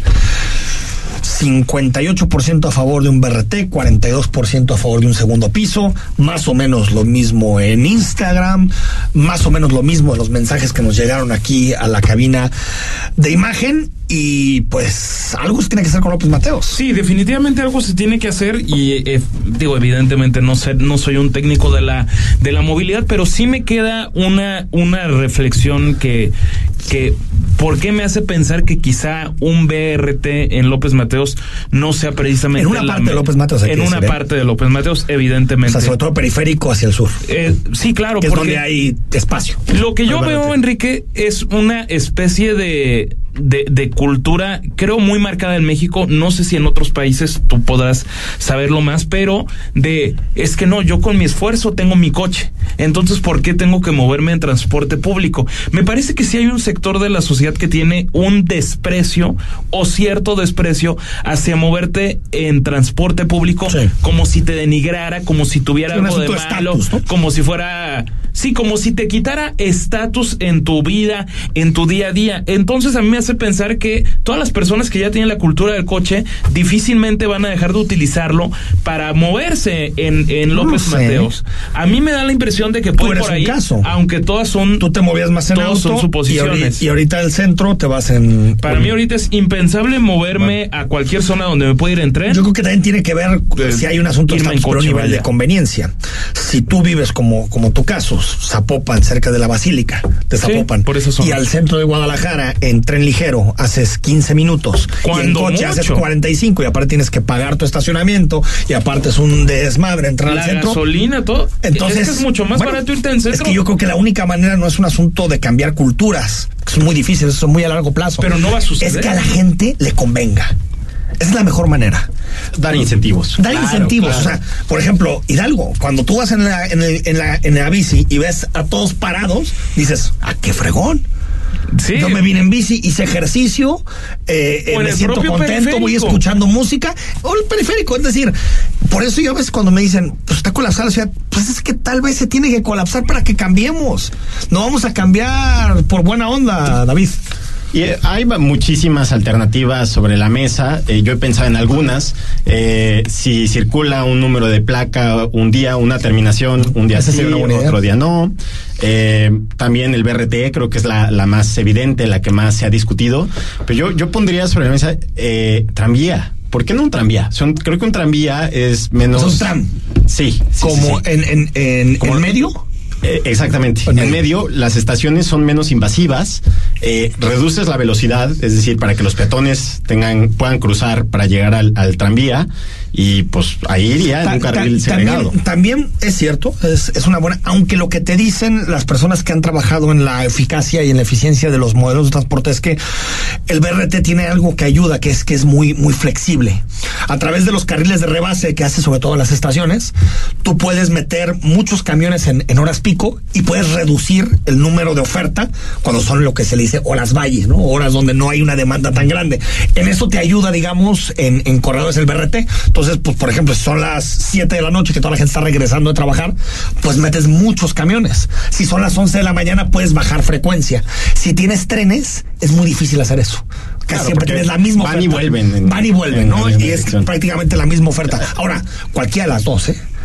cincuenta y ocho por ciento a favor de un B R T, cuarenta y dos por ciento a favor de un segundo piso, más o menos lo mismo en Instagram, más o menos lo mismo en los mensajes que nos llegaron aquí a la cabina de Imagen. Y pues algo se tiene que hacer con López Mateos. Sí, definitivamente algo se tiene que hacer y eh, digo, evidentemente no sé, no soy un técnico de la de la movilidad, pero sí me queda una una reflexión que que ¿por qué me hace pensar que quizá un B R T en López Mateos no sea precisamente en una la, parte de López Mateos? En una decir, parte ¿eh? de López Mateos, evidentemente. O sea, sobre todo periférico hacia el sur. Eh, sí, claro, que porque es donde hay espacio. Lo que yo veo, Enrique, es una especie de De, de cultura, creo, muy marcada en México. No sé si en otros países tú podrás saberlo más, pero de, es que no, yo con mi esfuerzo tengo mi coche, entonces ¿por qué tengo que moverme en transporte público? Me parece que sí hay un sector de la sociedad que tiene un desprecio o cierto desprecio hacia moverte en transporte público, sí, como si te denigrara, como si tuviera sí, algo de malo, estatus, ¿no? Como si fuera, sí, como si te quitara estatus en tu vida, en tu día a día. Entonces a mí me hace pensar que todas las personas que ya tienen la cultura del coche difícilmente van a dejar de utilizarlo para moverse en, en López no sé. Mateos. A mí me da la impresión de que puede por ahí, caso. aunque todas son, tú te movías más en todas auto, son suposiciones. Y ahorita, y ahorita el centro te vas en. Para en, mí ahorita es impensable moverme bueno. a cualquier zona donde me pueda ir en tren. Yo creo que también tiene que ver de, si hay un asunto de estatus, pero un nivel vaya. de conveniencia. Si tú vives como como tu caso, Zapopan, cerca de la Basílica de Zapopan, sí, por eso son. Y al centro de Guadalajara en tren ligero haces quince minutos y en coche mucho. haces cuarenta y cinco y aparte tienes que pagar tu estacionamiento y aparte es un desmadre entrar la al centro. La gasolina, todo. Entonces es, que es mucho más bueno, barato irte en centro. Es que yo creo que la única manera no es un asunto de cambiar culturas, que es muy difícil, eso es muy a largo plazo. Pero no va a suceder. Es que a la gente le convenga. Esa es la mejor manera. Dar incentivos. Dar claro, incentivos. Claro. O sea, por ejemplo, Hidalgo, cuando tú vas en la, en, el, en, la, en la bici y ves a todos parados, dices, ¡ah, qué fregón! Sí. Yo me vine en bici, hice ejercicio, eh, me siento contento, periférico. Voy escuchando música, o el periférico, es decir, por eso yo a veces cuando me dicen, pues está colapsada la ciudad, pues es que tal vez se tiene que colapsar para que cambiemos. No vamos a cambiar por buena onda, David. Y hay muchísimas alternativas sobre la mesa. Eh, yo he pensado en algunas. Eh, si circula un número de placa un día, una terminación, un día sí, otro día no. Eh, también el B R T creo que es la, la más evidente, la que más se ha discutido. Pero yo, yo pondría sobre la mesa eh, tranvía. ¿Por qué no un tranvía? Son, creo que un tranvía es menos. ¿Es un tram? Sí. sí ¿Como sí, sí. en, en, en, ¿Como en medio? Eh, exactamente. En medio. medio, las estaciones son menos invasivas, eh, reduces la velocidad, es decir, para que los peatones tengan, puedan cruzar para llegar al, al tranvía, y pues ahí iría en un carril ta, segregado. También, también es cierto, es, es una buena, aunque lo que te dicen las personas que han trabajado en la eficacia y en la eficiencia de los modelos de transporte es que el B R T tiene algo que ayuda, que es que es muy, muy flexible. A través de los carriles de rebase que hace sobre todo en las estaciones, tú puedes meter muchos camiones en, en horas pico y puedes reducir el número de oferta cuando son lo que se le dice horas valles, ¿no? Horas donde no hay una demanda tan grande. En eso te ayuda, digamos, en, en corredores el B R T. Entonces, pues, por ejemplo, si son las siete de la noche que toda la gente está regresando de trabajar, pues metes muchos camiones. Si son las once de la mañana, puedes bajar frecuencia. Si tienes trenes, es muy difícil hacer eso. Casi claro, siempre tienes la misma van oferta. Y vuelven en, van y vuelven, en, ¿no? En, en, y es prácticamente la misma oferta. Ahora, cualquiera de las dos, ¿eh?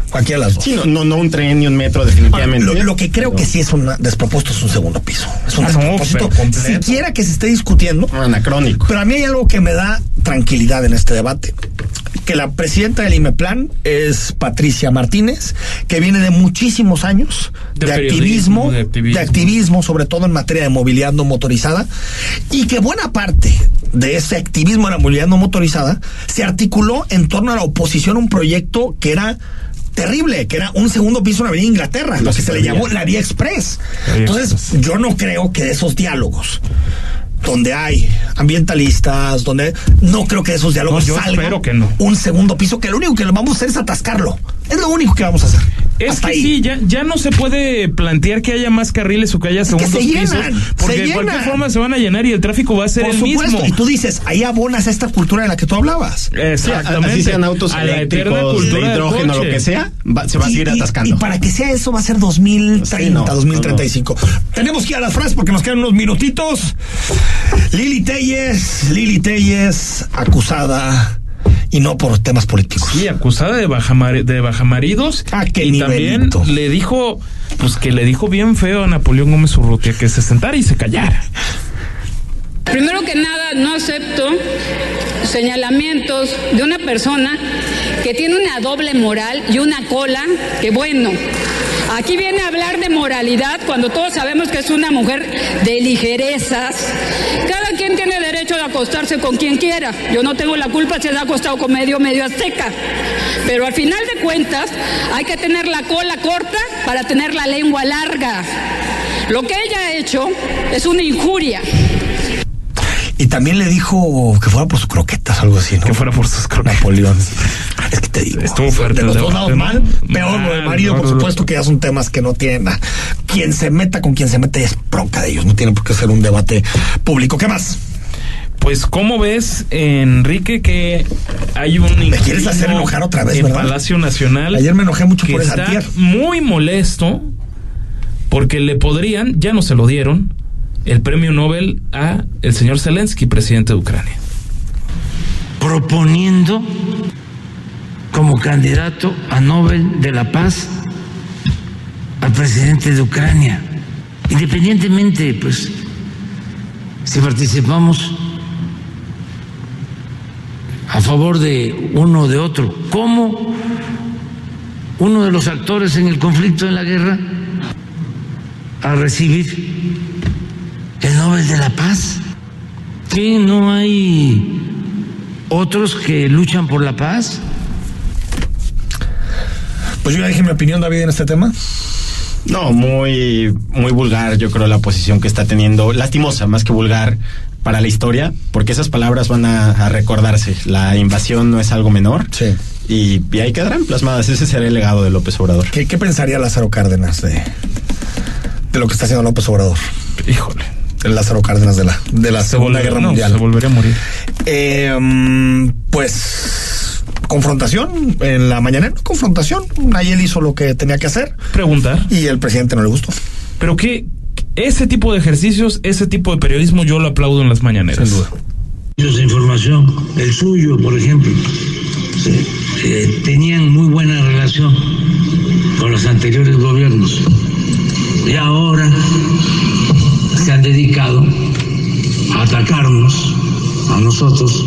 Cualquiera de las dos. Sí, no, no, no un tren ni un metro, definitivamente. Ahora, lo, lo que creo pero... que sí es un despropósito es un segundo piso. Es un ah, despropósito. No, siquiera que se esté discutiendo. Anacrónico. Pero a mí hay algo que me da tranquilidad en este debate. Que la presidenta del IMEPLAN es Patricia Martínez, que viene de muchísimos años de, de, activismo, de activismo, de activismo, sobre todo en materia de movilidad no motorizada, y que buena parte de ese activismo de la movilidad no motorizada se articuló en torno a la oposición a un proyecto que era terrible, que era un segundo piso en la Avenida Inglaterra, lo que se le llamó la Vía Express. Entonces, yo no creo que de esos diálogos donde hay ambientalistas, donde no creo que de esos diálogos no, salga espero que no. un segundo piso, que lo único que lo vamos a hacer es atascarlo. Es lo único que vamos a hacer. Es Hasta que ahí. sí, ya, ya no se puede plantear que haya más carriles o que haya segundos que se pisos, llenan, porque se de cualquier llenan. forma se van a llenar y el tráfico va a ser Por el supuesto, mismo. y tú dices, ahí abonas a esta cultura de la que tú hablabas. Exactamente. Así sean autos a la eterna eléctricos, cultura de hidrógeno, lo que sea, va, se va a seguir y, atascando. Y, y para que sea eso va a ser dos mil treinta, sí, no, dos mil treinta y cinco. No, no. Tenemos que ir a las frases porque nos quedan unos minutitos. Lili Téllez, Lili Téllez, acusada y no por temas políticos. Sí, acusada de bajamar de bajamaridos. Ah, qué y nivelito. También le dijo, pues que le dijo bien feo a Napoleón Gómez Urrutia que se sentara y se callara. Primero que nada, no acepto señalamientos de una persona que tiene una doble moral y una cola que, bueno, aquí viene a hablar de moralidad cuando todos sabemos que es una mujer de ligerezas. Cada quien tiene derecho de acostarse con quien quiera. Yo no tengo la culpa si se ha acostado con medio, medio azteca. Pero al final de cuentas, hay que tener la cola corta para tener la lengua larga. Lo que ella ha hecho es una injuria. Y también le dijo que fuera por sus croquetas, algo así, ¿no? Que fuera por sus croquetas. Napoleón. Es que te digo. Estuvo fuerte. De los dos lados mal, peor lo del marido, mal, por supuesto, que ya son temas que no tienen nada. Quien se meta con quien se mete es bronca de ellos. No tiene por qué ser un debate público. ¿Qué más? Pues, ¿cómo ves, Enrique, que hay un... ¿Me quieres hacer enojar otra vez, en verdad? Palacio Nacional. Ayer me enojé mucho que por esa está antier. muy molesto porque le podrían, ya no se lo dieron, el premio Nobel a el señor Zelensky, presidente de Ucrania. Proponiendo como candidato a Nobel de la Paz al presidente de Ucrania, independientemente, pues, si participamos a favor de uno o de otro, como uno de los actores en el conflicto, en la guerra, a recibir el Nobel de la Paz. ¿Que no hay otros que luchan por la paz? Pues yo ya dije mi opinión, David, en este tema. No, muy, muy vulgar, yo creo, la posición que está teniendo, lastimosa más que vulgar para la historia, porque esas palabras van a, a recordarse. La invasión no es algo menor. Sí. Y, y ahí quedarán plasmadas. Ese será el legado de López Obrador. ¿Qué, qué pensaría Lázaro Cárdenas de, de lo que está haciendo López Obrador? Híjole. El Lázaro Cárdenas de la, de la Segunda Guerra no, Mundial. Se volvería a morir. Eh, pues, confrontación en la mañanera, confrontación. Ahí él hizo lo que tenía que hacer. Preguntar. Y el presidente no le gustó. Pero que ese tipo de ejercicios, ese tipo de periodismo, yo lo aplaudo en las mañaneras. Sin duda. De información, el suyo, por ejemplo, sí, eh, tenían muy buena relación con los anteriores gobiernos. Y ahora se han dedicado a atacarnos a nosotros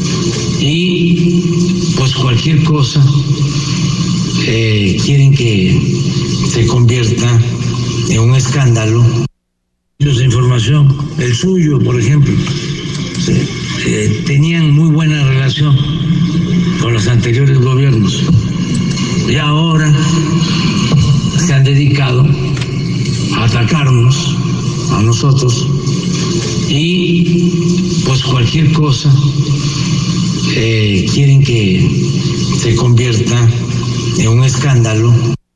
y pues cualquier cosa eh, quieren que se convierta en un escándalo. De información, el suyo, por ejemplo, sí, eh, tenían muy buena relación con los anteriores gobiernos y ahora se han dedicado a atacarnos a nosotros y pues cualquier cosa eh, quieren que se convierta en un escándalo.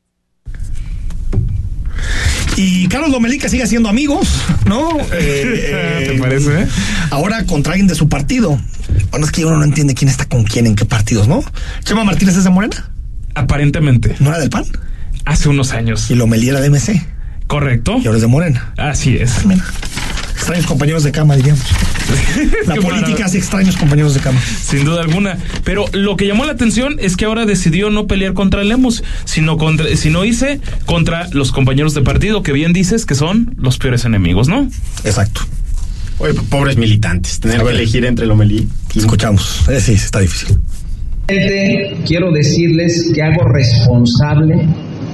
Y Carlos Lomelí, que sigue siendo amigos, ¿no? Eh, ¿Te parece? Eh? Ahora contra alguien de su partido. Bueno, es que uno no entiende quién está con quién en qué partidos, ¿no? Chema Martínez es de Morena. Aparentemente. ¿No era del P A N? Hace unos años. Y Lomelí era de M C. Correcto. Y ahora es de Morena. Así es. Mira. Extraños compañeros de cama, diríamos. La política hace extraños compañeros de cama. Sin duda alguna. Pero lo que llamó la atención es que ahora decidió no pelear contra Lemus, sino contra, sino hice contra los compañeros de partido, que bien dices que son los peores enemigos, ¿no? Exacto. Oye, pobres militantes, tener que elegir entre Lomelí. Escuchamos, eh, sí, está difícil. Quiero decirles que hago responsable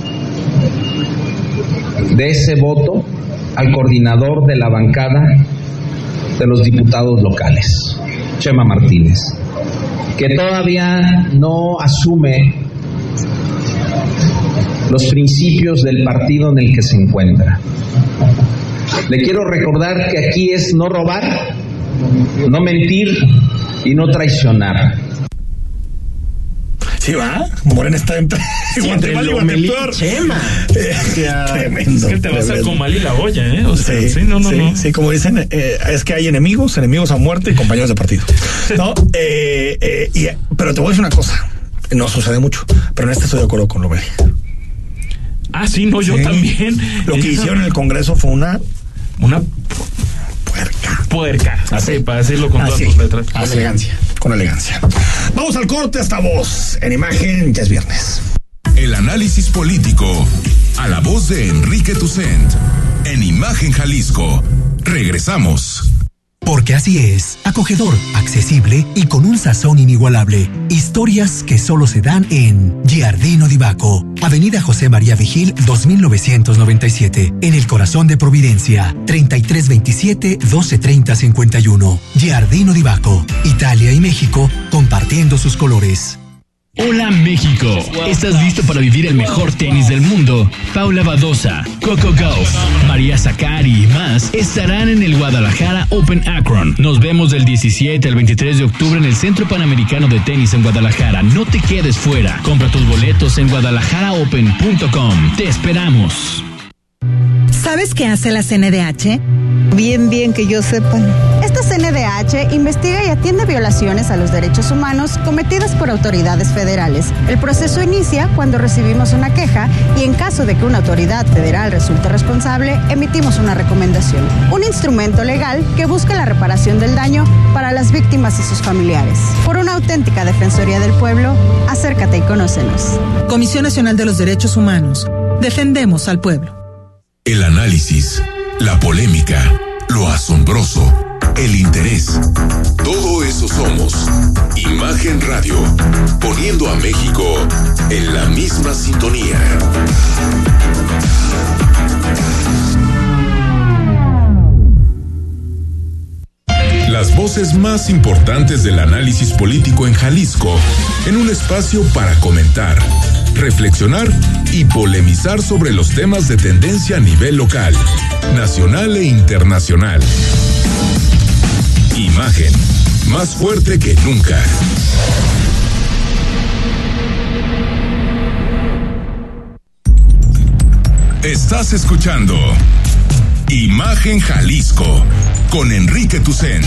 de ese voto al coordinador de la bancada de los diputados locales, Chema Martínez, que todavía no asume los principios del partido en el que se encuentra. Le quiero recordar que aquí es no robar, no mentir y no traicionar. Sí, va. Morena está en sí, Guatemala y Guatemala. Chema. Eh, tremendo. Es que te vas a comal y la olla, ¿eh? O sea, sí, sí, no, no, sí, no. Sí, como dicen, eh, es que hay enemigos, enemigos a muerte y compañeros de partido. ¿No? Eh, eh, y, pero te voy a decir una cosa. No sucede mucho, pero en este estoy de acuerdo con Lomelí. Ah, sí, no, yo sí. también. Lo que hicieron en el Congreso fue una... Una... Puerca. Puerca. Así, para decirlo con así, todas sus letras. Con así, elegancia. Con elegancia. Vamos al corte, hasta voz. En imagen, ya es viernes. El análisis político a la voz de Enrique Tucent. En Imagen Jalisco. Regresamos. Porque así es, acogedor, accesible y con un sazón inigualable. Historias que solo se dan en Giardino di Bacco, Avenida José María Vigil, dos mil novecientos noventa y siete, en el corazón de Providencia, treinta y tres veintisiete, doce treinta, cincuenta y uno. Giardino di Bacco, Italia y México compartiendo sus colores. Hola México, ¿estás listo para vivir el mejor tenis del mundo? Paula Badosa, Coco Gauff, María Zacari y más estarán en el Guadalajara Open Akron. Nos vemos del diecisiete al veintitrés de octubre en el Centro Panamericano de Tenis en Guadalajara. No te quedes fuera. Compra tus boletos en guadalajara open punto com. Te esperamos. ¿Sabes qué hace la C N D H? Bien, bien que yo sepa. Esta C N D H investiga y atiende violaciones a los derechos humanos cometidas por autoridades federales. El proceso inicia cuando recibimos una queja y en caso de que una autoridad federal resulte responsable, emitimos una recomendación. Un instrumento legal que busca la reparación del daño para las víctimas y sus familiares. Por una auténtica defensoría del pueblo, acércate y conócenos. Comisión Nacional de los Derechos Humanos. Defendemos al pueblo. El análisis, la polémica, lo asombroso, el interés. Todo eso somos. Imagen Radio, poniendo a México en la misma sintonía. Las voces más importantes del análisis político en Jalisco, en un espacio para comentar, reflexionar y polemizar sobre los temas de tendencia a nivel local, nacional e internacional. Imagen, más fuerte que nunca. Estás escuchando Imagen Jalisco con Enrique Tucent.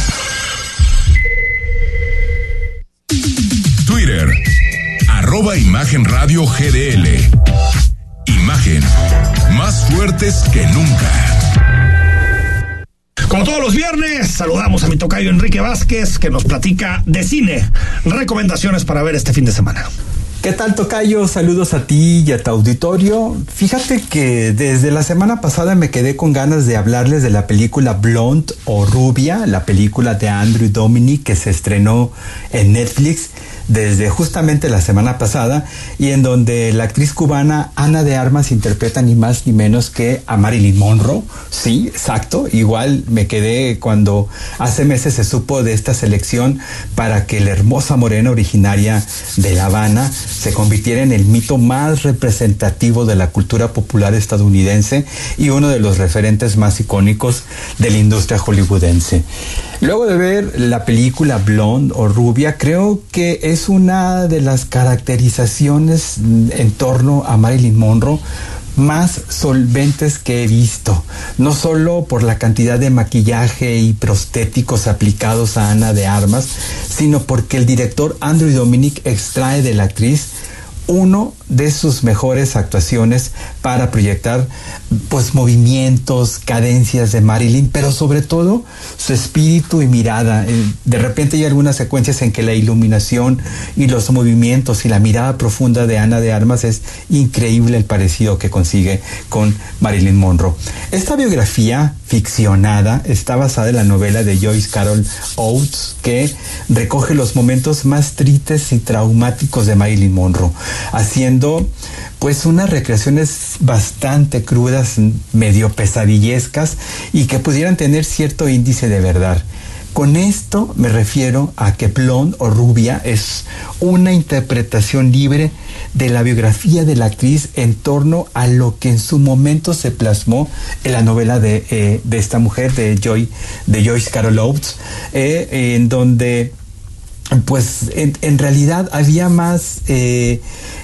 Twitter, arroba Imagen Radio G D L. Imagen, más fuertes que nunca. Como todos los viernes, saludamos a mi tocayo Enrique Vázquez, que nos platica de cine, recomendaciones para ver este fin de semana. ¿Qué tal, tocayo? Saludos a ti y a tu auditorio. Fíjate que desde la semana pasada me quedé con ganas de hablarles de la película Blonde o Rubia, la película de Andrew Dominik que se estrenó en Netflix desde justamente la semana pasada y en donde la actriz cubana Ana de Armas interpreta ni más ni menos que a Marilyn Monroe. Sí, exacto. Igual me quedé cuando hace meses se supo de esta selección para que la hermosa morena originaria de La Habana se convirtiera en el mito más representativo de la cultura popular estadounidense y uno de los referentes más icónicos de la industria hollywoodense. Luego de ver la película Blonde o Rubia, creo que es una de las caracterizaciones en torno a Marilyn Monroe más solventes que he visto, no solo por la cantidad de maquillaje y prostéticos aplicados a Ana de Armas, sino porque el director Andrew Dominik extrae de la actriz uno de sus mejores actuaciones para proyectar pues movimientos, cadencias de Marilyn, pero sobre todo su espíritu y mirada. De repente hay algunas secuencias en que la iluminación y los movimientos y la mirada profunda de Ana de Armas es increíble el parecido que consigue con Marilyn Monroe. Esta biografía ficcionada está basada en la novela de Joyce Carol Oates, que recoge los momentos más tristes y traumáticos de Marilyn Monroe, haciendo pues unas recreaciones bastante crudas, medio pesadillescas y que pudieran tener cierto índice de verdad. Con esto me refiero a que Blonde o Rubia es una interpretación libre de la biografía de la actriz en torno a lo que en su momento se plasmó en la novela de, eh, de esta mujer, de, Joy, de Joyce Carol Oates, eh, en donde pues en, en realidad había más eh,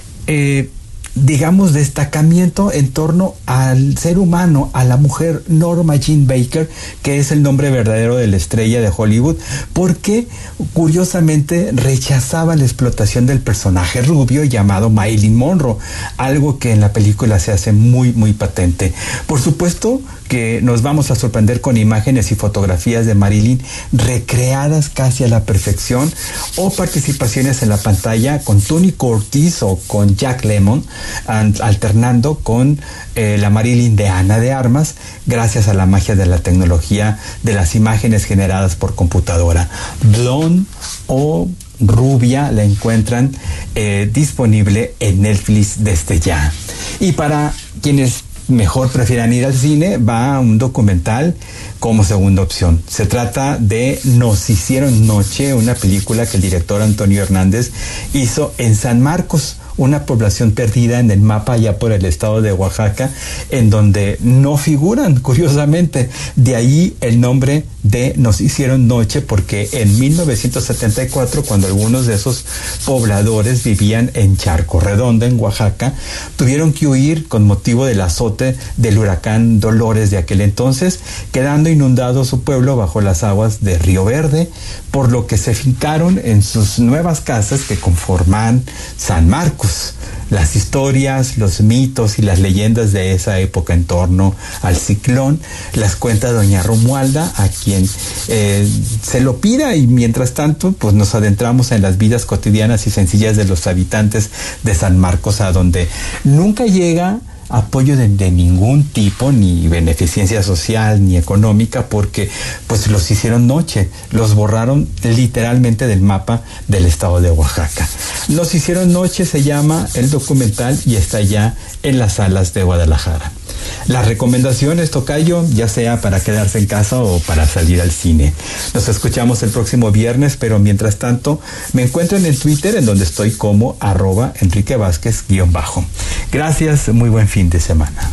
eh, digamos destacamiento en torno al ser humano, a la mujer Norma Jean Baker, que es el nombre verdadero de la estrella de Hollywood, porque curiosamente rechazaba la explotación del personaje rubio llamado Marilyn Monroe, algo que en la película se hace muy muy patente. Por supuesto que nos vamos a sorprender con imágenes y fotografías de Marilyn recreadas casi a la perfección, o participaciones en la pantalla con Tony Curtis o con Jack Lemmon, alternando con eh, la Marilyn de Ana de Armas, gracias a la magia de la tecnología de las imágenes generadas por computadora. Blonde o Rubia la encuentran eh, disponible en Netflix desde ya. Y para quienes mejor prefieran ir al cine, va a un documental como segunda opción. Se trata de Nos hicieron noche, una película que el director Antonio Hernández hizo en San Marcos, una población perdida en el mapa allá por el estado de Oaxaca, en donde no figuran, curiosamente. De ahí el nombre de Nos hicieron noche, porque en mil novecientos setenta y cuatro, cuando algunos de esos pobladores vivían en Charco Redondo, en Oaxaca, tuvieron que huir con motivo del azote del huracán Dolores de aquel entonces, quedando inundado su pueblo bajo las aguas de Río Verde, por lo que se fincaron en sus nuevas casas que conforman San Marcos. Las historias, los mitos y las leyendas de esa época en torno al ciclón las cuenta doña Romualda, a quien eh, se lo pida, y mientras tanto pues nos adentramos en las vidas cotidianas y sencillas de los habitantes de San Marcos, a donde nunca llega apoyo de, de ningún tipo, ni beneficencia social ni económica, porque pues los hicieron noche, los borraron literalmente del mapa del estado de Oaxaca. Nos hicieron noche se llama el documental y está ya en las salas de Guadalajara. Las recomendaciones, tocayo, ya sea para quedarse en casa o para salir al cine. Nos escuchamos el próximo viernes, pero mientras tanto me encuentran en Twitter, en donde estoy como arroba Enrique Vázquez guión bajo. Gracias, muy buen fin de semana.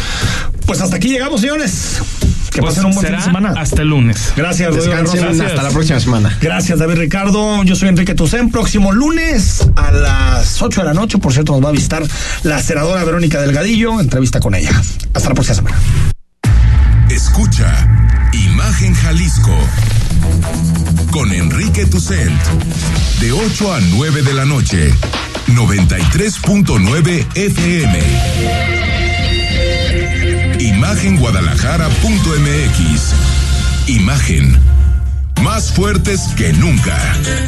Pues hasta aquí llegamos, señores. Que pues pasen un buen fin de semana. Hasta el lunes. Gracias, Descansen, Gracias. hasta la próxima semana. Gracias, David Ricardo. Yo soy Enrique Tucen. Próximo lunes a las ocho de la noche, por cierto, nos va a visitar la senadora Verónica Delgadillo. Entrevista con ella. Hasta la próxima semana. Escucha Imagen Jalisco con Enrique Tucent, de ocho a nueve de la noche, noventa y tres punto nueve F M. Imagen Guadalajara punto M X. Imagen. Más fuertes que nunca.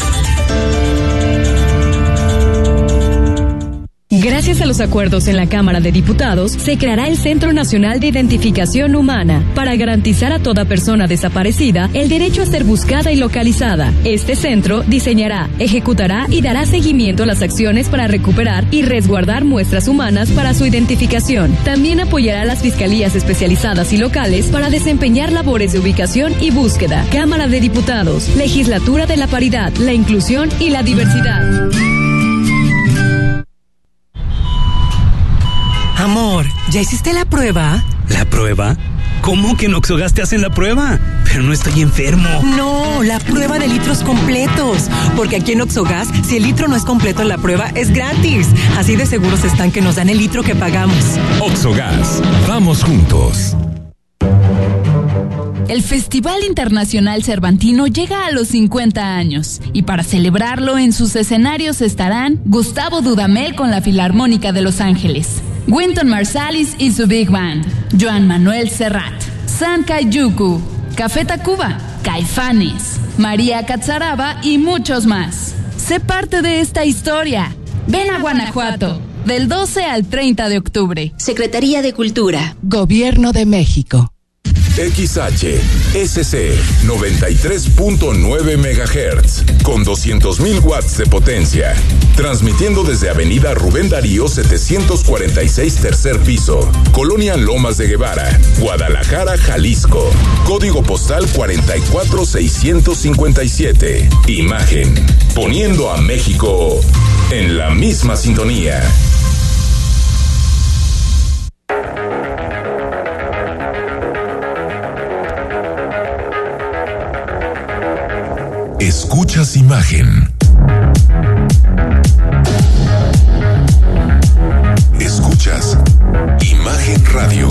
Gracias a los acuerdos en la Cámara de Diputados, se creará el Centro Nacional de Identificación Humana para garantizar a toda persona desaparecida el derecho a ser buscada y localizada. Este centro diseñará, ejecutará y dará seguimiento a las acciones para recuperar y resguardar muestras humanas para su identificación. También apoyará a las fiscalías especializadas y locales para desempeñar labores de ubicación y búsqueda. Cámara de Diputados, Legislatura de la Paridad, la Inclusión y la Diversidad. Amor, ¿ya hiciste la prueba? ¿La prueba? ¿Cómo que en Oxogas te hacen la prueba? Pero no estoy enfermo. No, la prueba de litros completos. Porque aquí en Oxogas, si el litro no es completo en la prueba, es gratis. Así de seguros están que nos dan el litro que pagamos. Oxogas, vamos juntos. El Festival Internacional Cervantino llega a los cincuenta años y para celebrarlo en sus escenarios estarán Gustavo Dudamel con la Filarmónica de Los Ángeles, Wynton Marsalis y su Big Band, Joan Manuel Serrat, San Cayucu, Café Tacuba, Caifanes, María Catzaraba y muchos más. Sé parte de esta historia. Ven a Guanajuato, del doce al treinta de octubre. Secretaría de Cultura. Gobierno de México. X H S C noventa y tres punto nueve megahertz con doscientos mil watts de potencia, transmitiendo desde Avenida Rubén Darío setecientos cuarenta y seis tercer piso, Colonia Lomas de Guevara, Guadalajara, Jalisco, código postal cuarenta y cuatro seiscientos cincuenta y siete. Imagen, poniendo a México en la misma sintonía. Escuchas Imagen. Escuchas Imagen Radio.